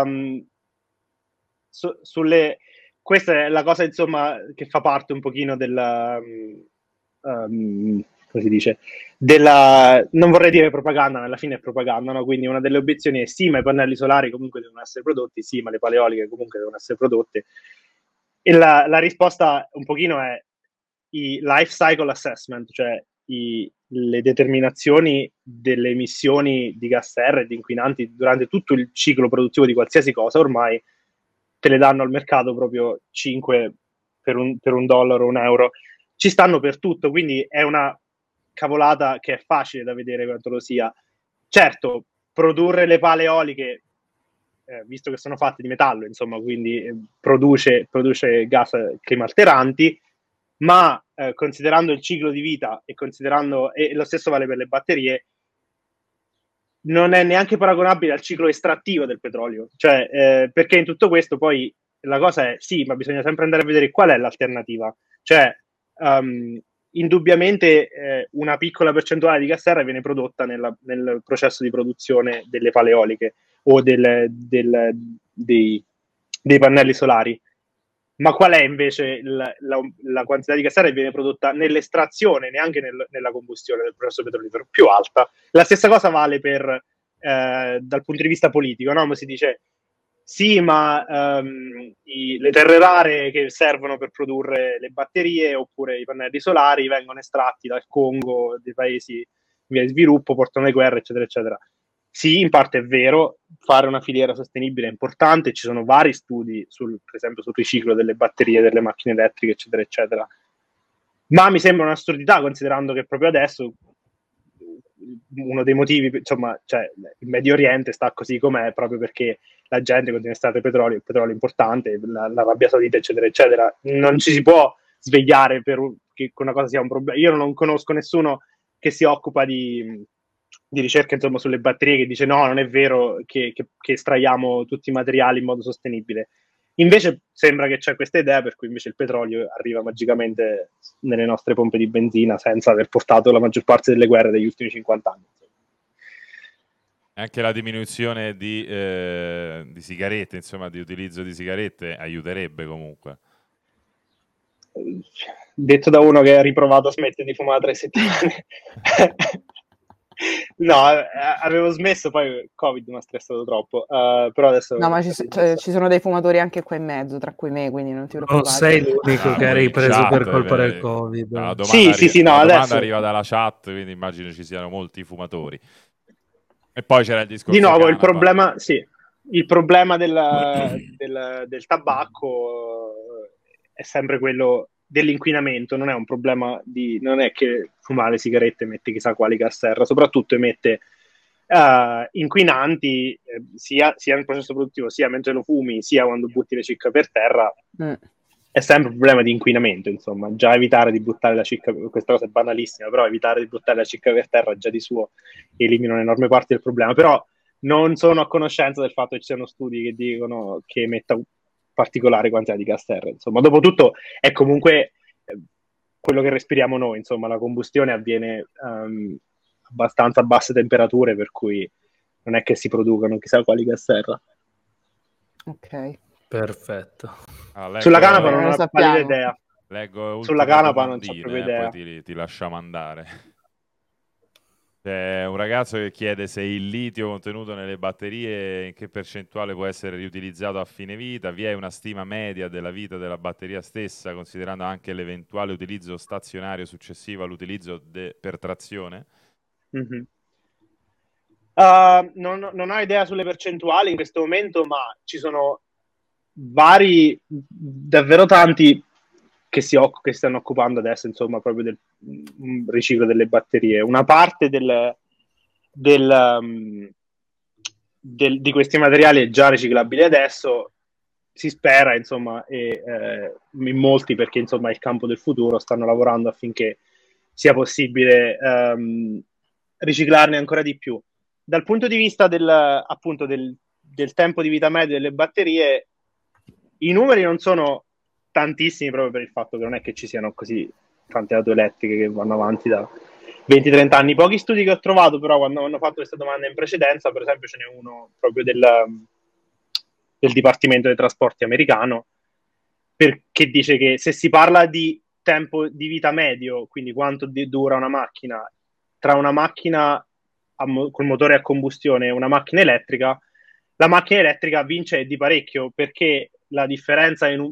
questa è la cosa, insomma, che fa parte un pochino della come si dice, non vorrei dire propaganda, ma alla fine è propaganda, no? Quindi una delle obiezioni è sì, ma i pannelli solari comunque devono essere prodotti, sì, ma le pale eoliche comunque devono essere prodotte. E la risposta un pochino è i life cycle assessment, cioè le determinazioni delle emissioni di gas serra e di inquinanti durante tutto il ciclo produttivo di qualsiasi cosa, ormai te le danno al mercato proprio 5 per un dollaro, un euro. Ci stanno per tutto, quindi è una cavolata che è facile da vedere quanto lo sia. Certo, produrre le pale eoliche, visto che sono fatte di metallo, insomma, quindi produce gas climalteranti, ma considerando il ciclo di vita e lo stesso vale per le batterie, non è neanche paragonabile al ciclo estrattivo del petrolio. Cioè, perché in tutto questo poi la cosa è, sì, ma bisogna sempre andare a vedere qual è l'alternativa. Cioè, indubbiamente una piccola percentuale di gas serra viene prodotta nel processo di produzione delle pale eoliche o dei pannelli solari. Ma qual è invece la quantità di gas serra che viene prodotta nell'estrazione, neanche nella combustione del processo petrolifero, più alta? La stessa cosa vale dal punto di vista politico, no? Ma si dice sì, ma le terre rare che servono per produrre le batterie oppure i pannelli solari vengono estratti dal Congo, dei paesi in via di sviluppo, portano alle guerre, eccetera, eccetera. Sì, in parte è vero, fare una filiera sostenibile è importante, ci sono vari studi, per esempio sul riciclo delle batterie, delle macchine elettriche, eccetera, eccetera. Ma mi sembra un'assurdità considerando che proprio adesso uno dei motivi, insomma, cioè, il Medio Oriente sta così com'è proprio perché la gente continua a estrarre petrolio, il petrolio è importante, l'Arabia Saudita, eccetera, eccetera. Non ci si può svegliare che una cosa sia un problema. Io non conosco nessuno che si occupa di ricerca, insomma, sulle batterie che dice no, non è vero che estraiamo tutti i materiali in modo sostenibile. Invece sembra che c'è questa idea per cui invece il petrolio arriva magicamente nelle nostre pompe di benzina senza aver portato la maggior parte delle guerre degli ultimi 50 anni. Anche la diminuzione di sigarette, insomma, di utilizzo di sigarette aiuterebbe comunque. Detto da uno che ha riprovato a smettere di fumare 3 settimane. No, avevo smesso, poi il Covid mi ha stressato troppo, però adesso... No, ma ci sono dei fumatori anche qua in mezzo, tra cui me, quindi non ti preoccupare. Non sei l'unico che hai preso per colpa del Covid. La domanda, sì, no, la domanda adesso... arriva dalla chat, quindi immagino ci siano molti fumatori. E poi c'era il discorso di nuovo canapa. il problema del tabacco è sempre quello dell'inquinamento, non è un problema non è che fumare le sigarette emette chissà quali gas serra, soprattutto emette inquinanti sia nel processo produttivo, sia mentre lo fumi, sia quando butti le cicche per terra. È sempre un problema di inquinamento, insomma. Già evitare di buttare la cicca, questa cosa è banalissima, però evitare di buttare la cicca per terra già di suo elimina un'enorme parte del problema. Però non sono a conoscenza del fatto che ci siano studi che dicono che emetta particolare quantità di gas serra. Insomma, dopotutto è comunque quello che respiriamo noi, insomma, la combustione avviene abbastanza a basse temperature, per cui non è che si producano chissà quali gas serra. Ok. Perfetto. Sulla canapa non ho una pallida idea. Leggo sulla canapa non c'ho proprio idea. Poi ti lasciamo andare. C'è un ragazzo che chiede se il litio contenuto nelle batterie in che percentuale può essere riutilizzato a fine vita. Vi è una stima media della vita della batteria stessa, considerando anche l'eventuale utilizzo stazionario successivo all'utilizzo per trazione? Mm-hmm. Non ho idea sulle percentuali in questo momento, ma ci sono davvero tanti che si stanno occupando adesso, insomma, proprio del riciclo delle batterie. Una parte di questi materiali è già riciclabile adesso, si spera, insomma, in molti, perché insomma è il campo del futuro, stanno lavorando affinché sia possibile riciclarne ancora di più. Dal punto di vista appunto del tempo di vita medio delle batterie, i numeri non sono tantissimi, proprio per il fatto che non è che ci siano così tante auto elettriche che vanno avanti da 20-30 anni. Pochi studi che ho trovato, però, quando hanno fatto questa domanda in precedenza, per esempio ce n'è uno proprio del Dipartimento dei Trasporti americano, che dice che se si parla di tempo di vita medio, quindi quanto dura una macchina, tra una macchina col motore a combustione e una macchina elettrica, la macchina elettrica vince di parecchio, perché la differenza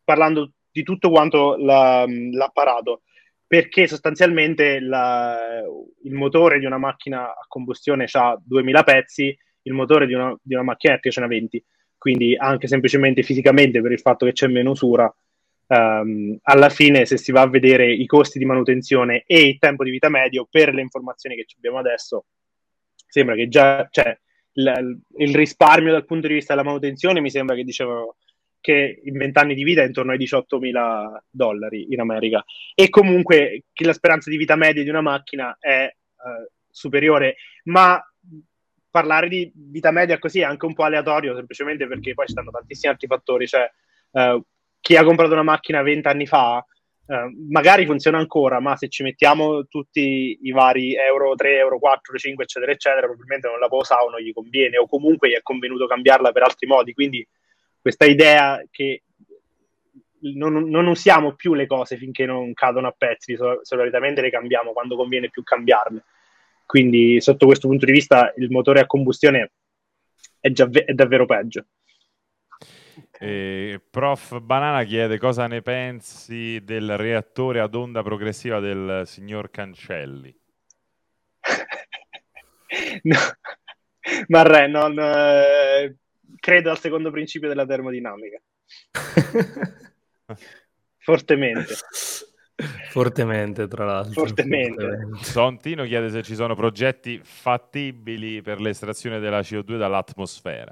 parlando di tutto quanto l'apparato, perché sostanzialmente il motore di una macchina a combustione ha 2000 pezzi, il motore di una macchina elettrica ce n'ha 20, quindi anche semplicemente fisicamente per il fatto che c'è meno usura, alla fine se si va a vedere i costi di manutenzione e il tempo di vita medio per le informazioni che abbiamo adesso, sembra che già il risparmio dal punto di vista della manutenzione mi sembra che dicevano che in 20 anni di vita è intorno ai $18.000 in America, e comunque che la speranza di vita media di una macchina è superiore, ma parlare di vita media così è anche un po' aleatorio, semplicemente perché poi ci stanno tantissimi altri fattori, cioè chi ha comprato una macchina 20 anni fa magari funziona ancora, ma se ci mettiamo tutti i vari euro 3, euro 4, euro 5, eccetera, eccetera, probabilmente non la può usare o non gli conviene, o comunque gli è convenuto cambiarla per altri modi. Quindi questa idea che non usiamo più le cose finché non cadono a pezzi, solitamente le cambiamo quando conviene più cambiarle. Quindi sotto questo punto di vista il motore a combustione è davvero peggio. Prof Banana chiede cosa ne pensi del reattore ad onda progressiva del signor Cancelli. No, Marre, non credo al secondo principio della termodinamica. Fortemente, tra l'altro. Fortemente. Sontino chiede se ci sono progetti fattibili per l'estrazione della CO2 dall'atmosfera.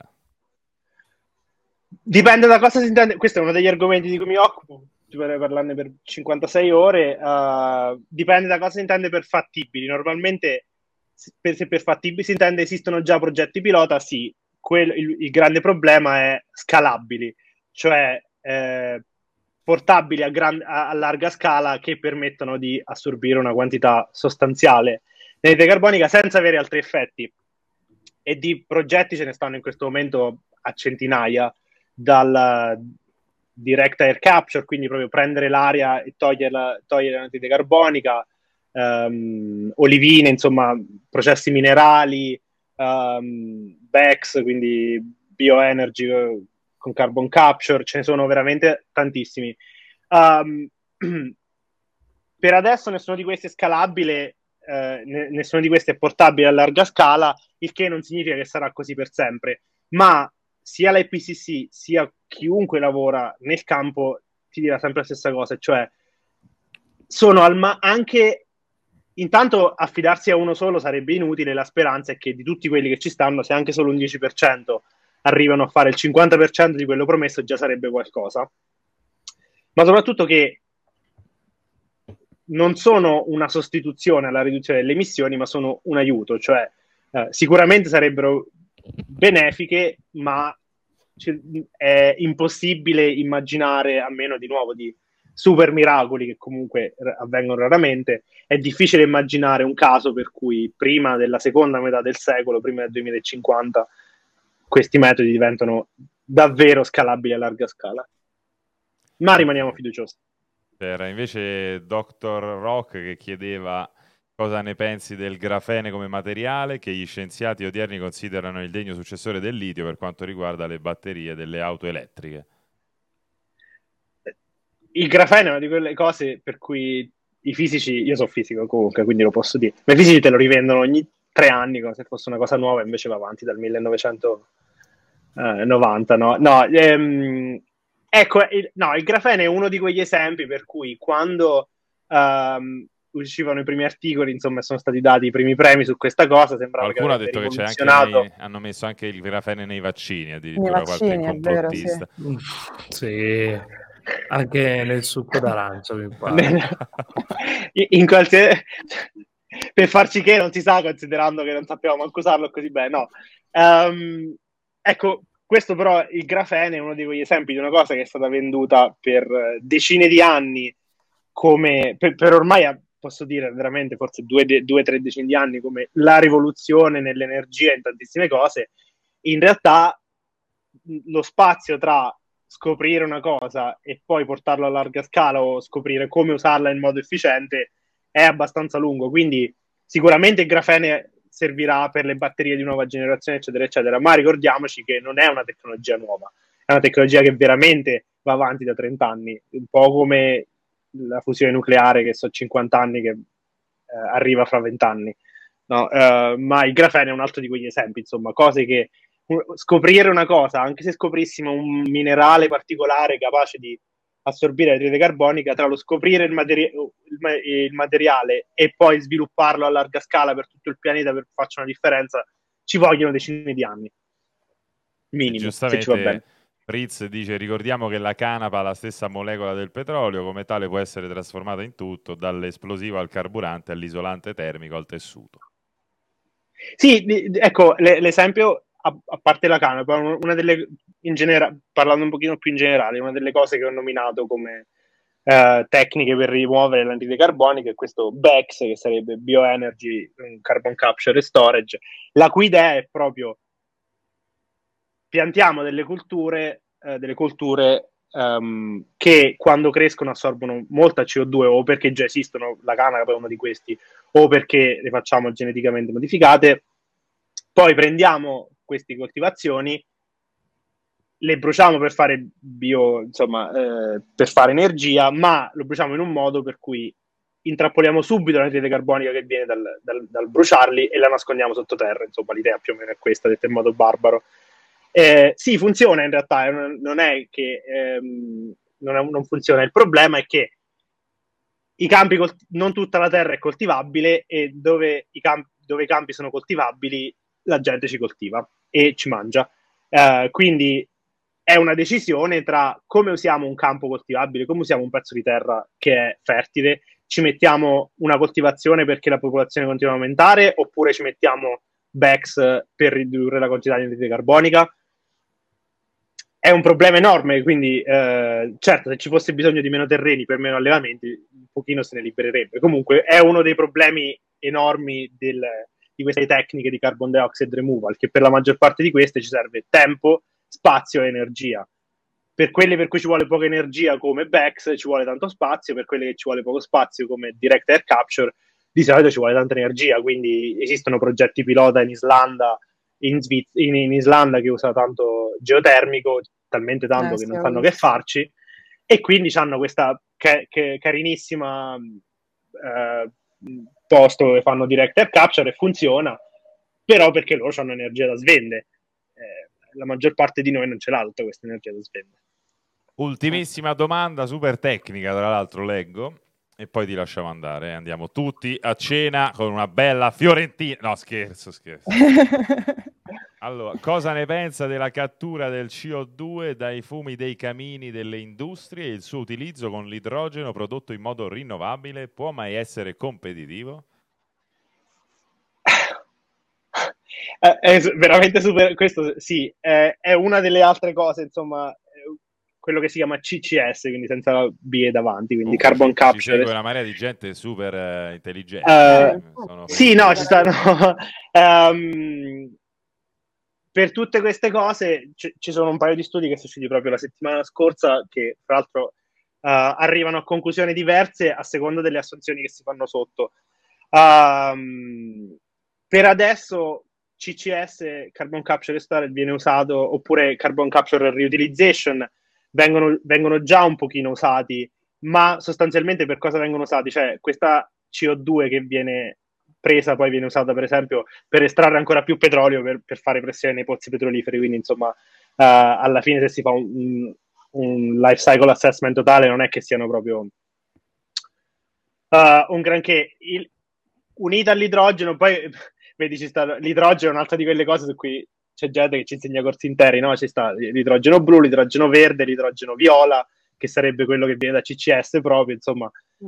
Dipende da cosa si intende. Questo è uno degli argomenti di cui mi occupo, potrei parlarne per 56 ore. Dipende da cosa si intende per fattibili. Normalmente, se per fattibili si intende esistono già progetti pilota, sì. Il grande problema è scalabili, cioè portabili a larga scala che permettono di assorbire una quantità sostanziale di anidride carbonica senza avere altri effetti. E di progetti ce ne stanno in questo momento a centinaia, dal direct air capture, quindi proprio prendere l'aria e togliere l'anidride carbonica, olivine, insomma, processi minerali, BECCS, quindi bioenergy con carbon capture, ce ne sono veramente tantissimi. Per adesso nessuno di questi è scalabile, nessuno di questi è portabile a larga scala, il che non significa che sarà così per sempre, ma sia l'IPCC sia chiunque lavora nel campo ti dirà sempre la stessa cosa, cioè sono anche intanto affidarsi a uno solo sarebbe inutile, la speranza è che di tutti quelli che ci stanno, se anche solo un 10% arrivano a fare il 50% di quello promesso, già sarebbe qualcosa, ma soprattutto che non sono una sostituzione alla riduzione delle emissioni, ma sono un aiuto, cioè sicuramente sarebbero benefiche, ma è impossibile immaginare, a meno di nuovo di super miracoli che comunque avvengono raramente, è difficile immaginare un caso per cui prima della seconda metà del secolo, prima del 2050, questi metodi diventano davvero scalabili a larga scala. Ma rimaniamo fiduciosi. C'era invece Dr. Rock che chiedeva cosa ne pensi del grafene come materiale che gli scienziati odierni considerano il degno successore del litio per quanto riguarda le batterie delle auto elettriche. Il grafene è una di quelle cose per cui i fisici, io sono fisico comunque, quindi lo posso dire, ma i fisici te lo rivendono ogni 3 anni come se fosse una cosa nuova, invece va avanti dal 1990, no? Ecco, il grafene è uno di quegli esempi per cui quando uscivano i primi articoli, insomma, sono stati dati i primi premi su questa cosa, sembrava qualcuno che ha detto che c'è anche hanno messo anche il grafene nei vaccini, addirittura qualche complottista. Vero, sì. Anche nel succo d'arancia, mi pare. In qualsiasi... per farci che non si sa, considerando che non sappiamo manco usarlo così bene, no. Ecco, questo però, il grafene è uno di quegli esempi di una cosa che è stata venduta per decine di anni come, per ormai posso dire veramente forse 2-3 decine di anni, come la rivoluzione nell'energia in tantissime cose. In realtà lo spazio tra scoprire una cosa e poi portarla a larga scala o scoprire come usarla in modo efficiente è abbastanza lungo, quindi sicuramente il grafene servirà per le batterie di nuova generazione, eccetera, eccetera, ma ricordiamoci che non è una tecnologia nuova, è una tecnologia che veramente va avanti da 30 anni, un po' come la fusione nucleare che so 50 anni che arriva fra 20 anni. No, ma il grafene è un altro di quegli esempi, insomma, cose che scoprire una cosa, anche se scoprissimo un minerale particolare capace di assorbire l'anidride carbonica, tra lo scoprire il materiale e poi svilupparlo a larga scala per tutto il pianeta per farci una differenza, ci vogliono decine di anni. Minimo, se ci va bene. Fritz dice: ricordiamo che la canapa ha la stessa molecola del petrolio, come tale può essere trasformata in tutto, dall'esplosivo al carburante all'isolante termico al tessuto. Sì, ecco, l'esempio, a parte la canapa, una delle, parlando un pochino più in generale, una delle cose che ho nominato come tecniche per rimuovere l'anidride carbonica è questo BECS, che sarebbe Bioenergy Carbon Capture and Storage, la cui idea è proprio piantiamo delle colture che quando crescono assorbono molta CO2, o perché già esistono, la canapa è uno di questi, o perché le facciamo geneticamente modificate. Poi prendiamo queste coltivazioni, le bruciamo per fare per fare energia, ma lo bruciamo in un modo per cui intrappoliamo subito l'anidride carbonica che viene dal bruciarli e la nascondiamo sottoterra. Insomma, l'idea più o meno è questa, detta in modo barbaro. Sì, funziona in realtà, non è che non funziona. Il problema è che i campi non tutta la terra è coltivabile, e dove i campi sono coltivabili la gente ci coltiva e ci mangia. Quindi è una decisione tra come usiamo un campo coltivabile, come usiamo un pezzo di terra che è fertile. Ci mettiamo una coltivazione perché la popolazione continua a aumentare, oppure ci mettiamo BECS per ridurre la quantità di anidride carbonica. È un problema enorme, quindi certo, se ci fosse bisogno di meno terreni per meno allevamenti, un pochino se ne libererebbe. Comunque è uno dei problemi enormi di queste tecniche di carbon dioxide removal, che per la maggior parte di queste ci serve tempo, spazio e energia. Per quelle per cui ci vuole poca energia, come BECS, ci vuole tanto spazio; per quelle che ci vuole poco spazio, come Direct Air Capture, di solito ci vuole tanta energia. Quindi esistono progetti pilota in Islanda, in Islanda, che usa tanto geotermico, talmente tanto che non sanno che farci, e quindi hanno questa carinissima posto dove fanno Direct Air Capture e funziona, però perché loro hanno energia da svende. La maggior parte di noi non ce l'ha tutta questa energia da svende. Ultimissima domanda, super tecnica, tra l'altro leggo, e poi ti lasciamo andare. Andiamo tutti a cena con una bella fiorentina. No, scherzo. Allora, cosa ne pensa della cattura del CO2 dai fumi dei camini delle industrie e il suo utilizzo con l'idrogeno prodotto in modo rinnovabile? Può mai essere competitivo? È veramente super. Questo sì, è una delle altre cose, insomma, quello che si chiama CCS, quindi senza la B davanti, quindi Carbon Capture. Ci segue una marea di gente super intelligente. Sì, no, ci stanno. Per tutte queste cose ci sono un paio di studi che sono usciti proprio la settimana scorsa, che tra l'altro arrivano a conclusioni diverse a seconda delle assunzioni che si fanno sotto. Per adesso CCS, Carbon Capture and Storage, viene usato, oppure Carbon Capture and Reutilisation, vengono già un pochino usati, ma sostanzialmente per cosa vengono usati? Cioè, questa CO2 che viene presa poi viene usata, per esempio, per estrarre ancora più petrolio, per fare pressione nei pozzi petroliferi. Quindi insomma, alla fine, se si fa un life cycle assessment totale, non è che siano proprio un granché. Unita all'idrogeno, poi vedi, l'idrogeno è un'altra di quelle cose su cui c'è gente che ci insegna corsi interi, no? Ci sta l'idrogeno blu, l'idrogeno verde, l'idrogeno viola, che sarebbe quello che viene da CCS proprio, insomma.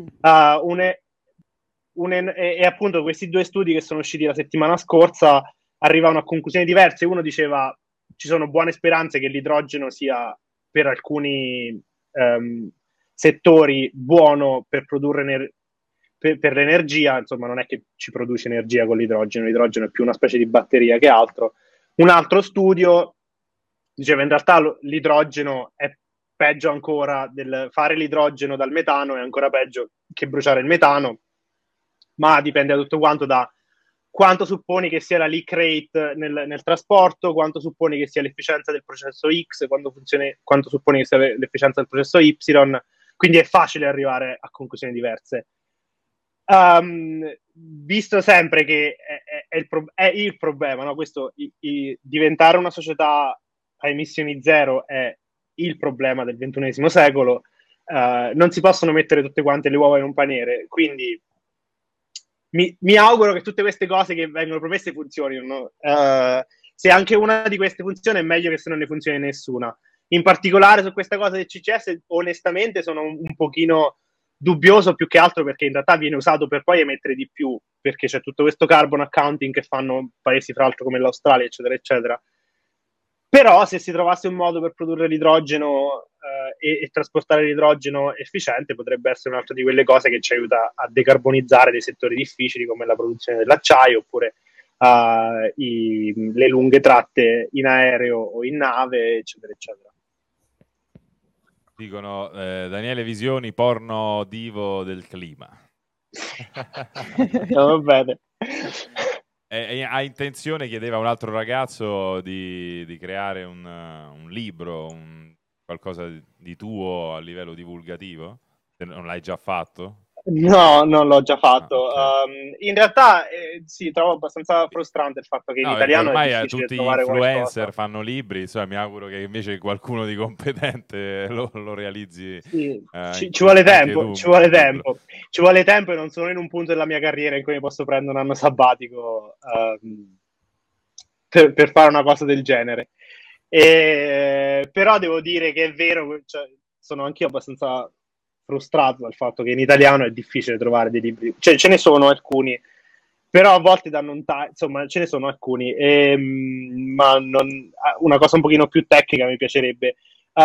E appunto questi due studi che sono usciti la settimana scorsa arrivavano a conclusioni diverse. Uno diceva: ci sono buone speranze che l'idrogeno sia per alcuni settori buono per produrre per l'energia, insomma non è che ci produce energia con l'idrogeno è più una specie di batteria che altro. Un altro studio diceva in realtà l'idrogeno è peggio ancora, fare l'idrogeno dal metano è ancora peggio che bruciare il metano, ma dipende da tutto quanto da quanto supponi che sia la leak rate nel trasporto, quanto supponi che sia l'efficienza del processo X, quanto supponi che sia l'efficienza del processo Y, quindi è facile arrivare a conclusioni diverse. Visto sempre che è il problema, no? Questo, diventare una società a emissioni zero è il problema del XXI secolo, non si possono mettere tutte quante le uova in un paniere, quindi mi auguro che tutte queste cose che vengono promesse funzionino. Se anche una di queste funziona è meglio che se non ne funzioni nessuna. In particolare su questa cosa del CCS onestamente sono un pochino dubbioso, più che altro perché in realtà viene usato per poi emettere di più, perché c'è tutto questo carbon accounting che fanno paesi fra l'altro come l'Australia, eccetera eccetera. Però se si trovasse un modo per produrre l'idrogeno e trasportare l'idrogeno efficiente, potrebbe essere un'altra di quelle cose che ci aiuta a decarbonizzare dei settori difficili come la produzione dell'acciaio, oppure le lunghe tratte in aereo o in nave, eccetera eccetera. Dicono Daniele Visioni, porno divo del clima. Va bene. Ha intenzione, chiedeva un altro ragazzo, di creare un libro, qualcosa di tuo a livello divulgativo? Non l'hai già fatto? No, non l'ho già fatto. Okay. In realtà sì, trovo abbastanza frustrante il fatto che in italiano ormai è difficile tutti gli trovare influencer qualcosa. fanno libri, insomma, mi auguro che invece qualcuno di competente lo realizzi. Sì, ci vuole tempo, ci vuole libro. tempo. Ci vuole tempo, e non sono in un punto della mia carriera in cui mi posso prendere un anno sabbatico per fare una cosa del genere. Però devo dire che è vero, cioè, sono anch'io abbastanza frustrato dal fatto che in italiano è difficile trovare dei libri, cioè ce ne sono alcuni, però a volte danno insomma ce ne sono alcuni, ma una cosa un pochino più tecnica mi piacerebbe.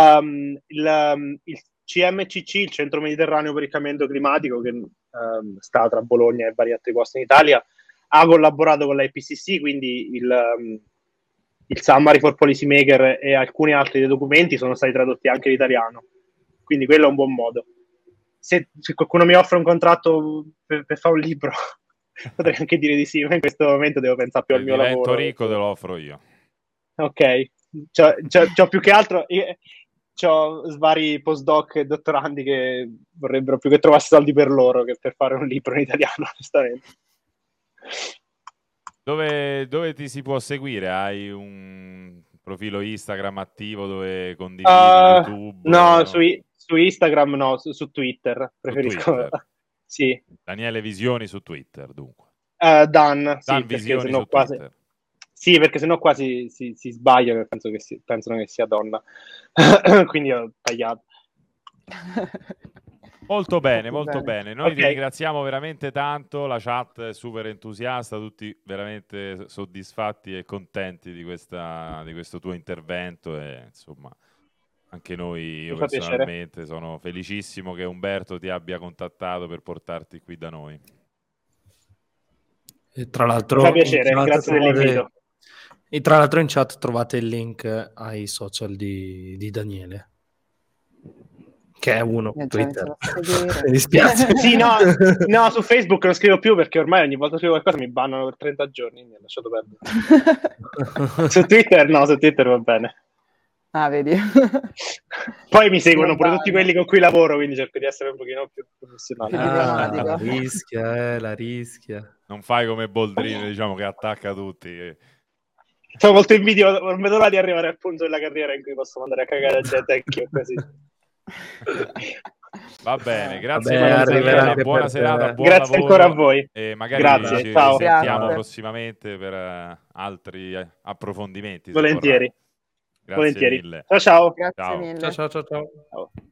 Il CMCC, il Centro Mediterraneo per il Cambiamento Climatico, che sta tra Bologna e vari altri posti in Italia, ha collaborato con l'IPCC, quindi il Summary for Policymaker e alcuni altri dei documenti sono stati tradotti anche in italiano, quindi quello è un buon modo. Se qualcuno mi offre un contratto per fare un libro, potrei anche dire di sì, ma in questo momento devo pensare più al mio lavoro. Divento ricco, te lo offro io. Ok, c'ho più che altro, c'ho svari postdoc e dottorandi che vorrebbero più che trovassi soldi per loro che per fare un libro in italiano, onestamente. Dove ti si può seguire? Hai un profilo Instagram attivo dove condividi YouTube? No, su Instagram no, su Twitter preferisco. Twitter. Sì. Daniele Visioni su Twitter, dunque. Dan sì, Visioni su quasi... Twitter. Sì, perché sennò quasi si sbagliano, pensano che sia donna. Quindi ho tagliato. Molto bene, molto bene. Noi ti Ok. ringraziamo veramente tanto, la chat è super entusiasta, tutti veramente soddisfatti e contenti di questo tuo intervento e insomma anche noi, io Mi fa personalmente sono felicissimo che Umberto ti abbia contattato per portarti qui da noi. E tra l'altro, Mi fa piacere, grazie dell'invito. E tra l'altro in chat trovate il link ai social di Daniele, che è uno, Twitter. Mi dispiace. Sì, no, su Facebook non scrivo più perché ormai ogni volta che scrivo qualcosa mi bannano per 30 giorni, mi ha lasciato perdere. Su Twitter va bene. Ah, vedi. Poi mi seguono pure tutti quelli con cui lavoro, quindi cerco di essere un pochino più professionale. La rischia. Non fai come Boldrini, diciamo, che attacca tutti. Sono molto invidioso, non vedo l'ora di arrivare al punto della carriera in cui posso mandare a cagare la gente anch'io così. Va bene, grazie. Buona serata, buon grazie lavoro, ancora a voi. E magari grazie, ci ciao. sentiamo prossimamente per altri approfondimenti. Volentieri. Grazie mille. Ciao. Grazie mille. Ciao.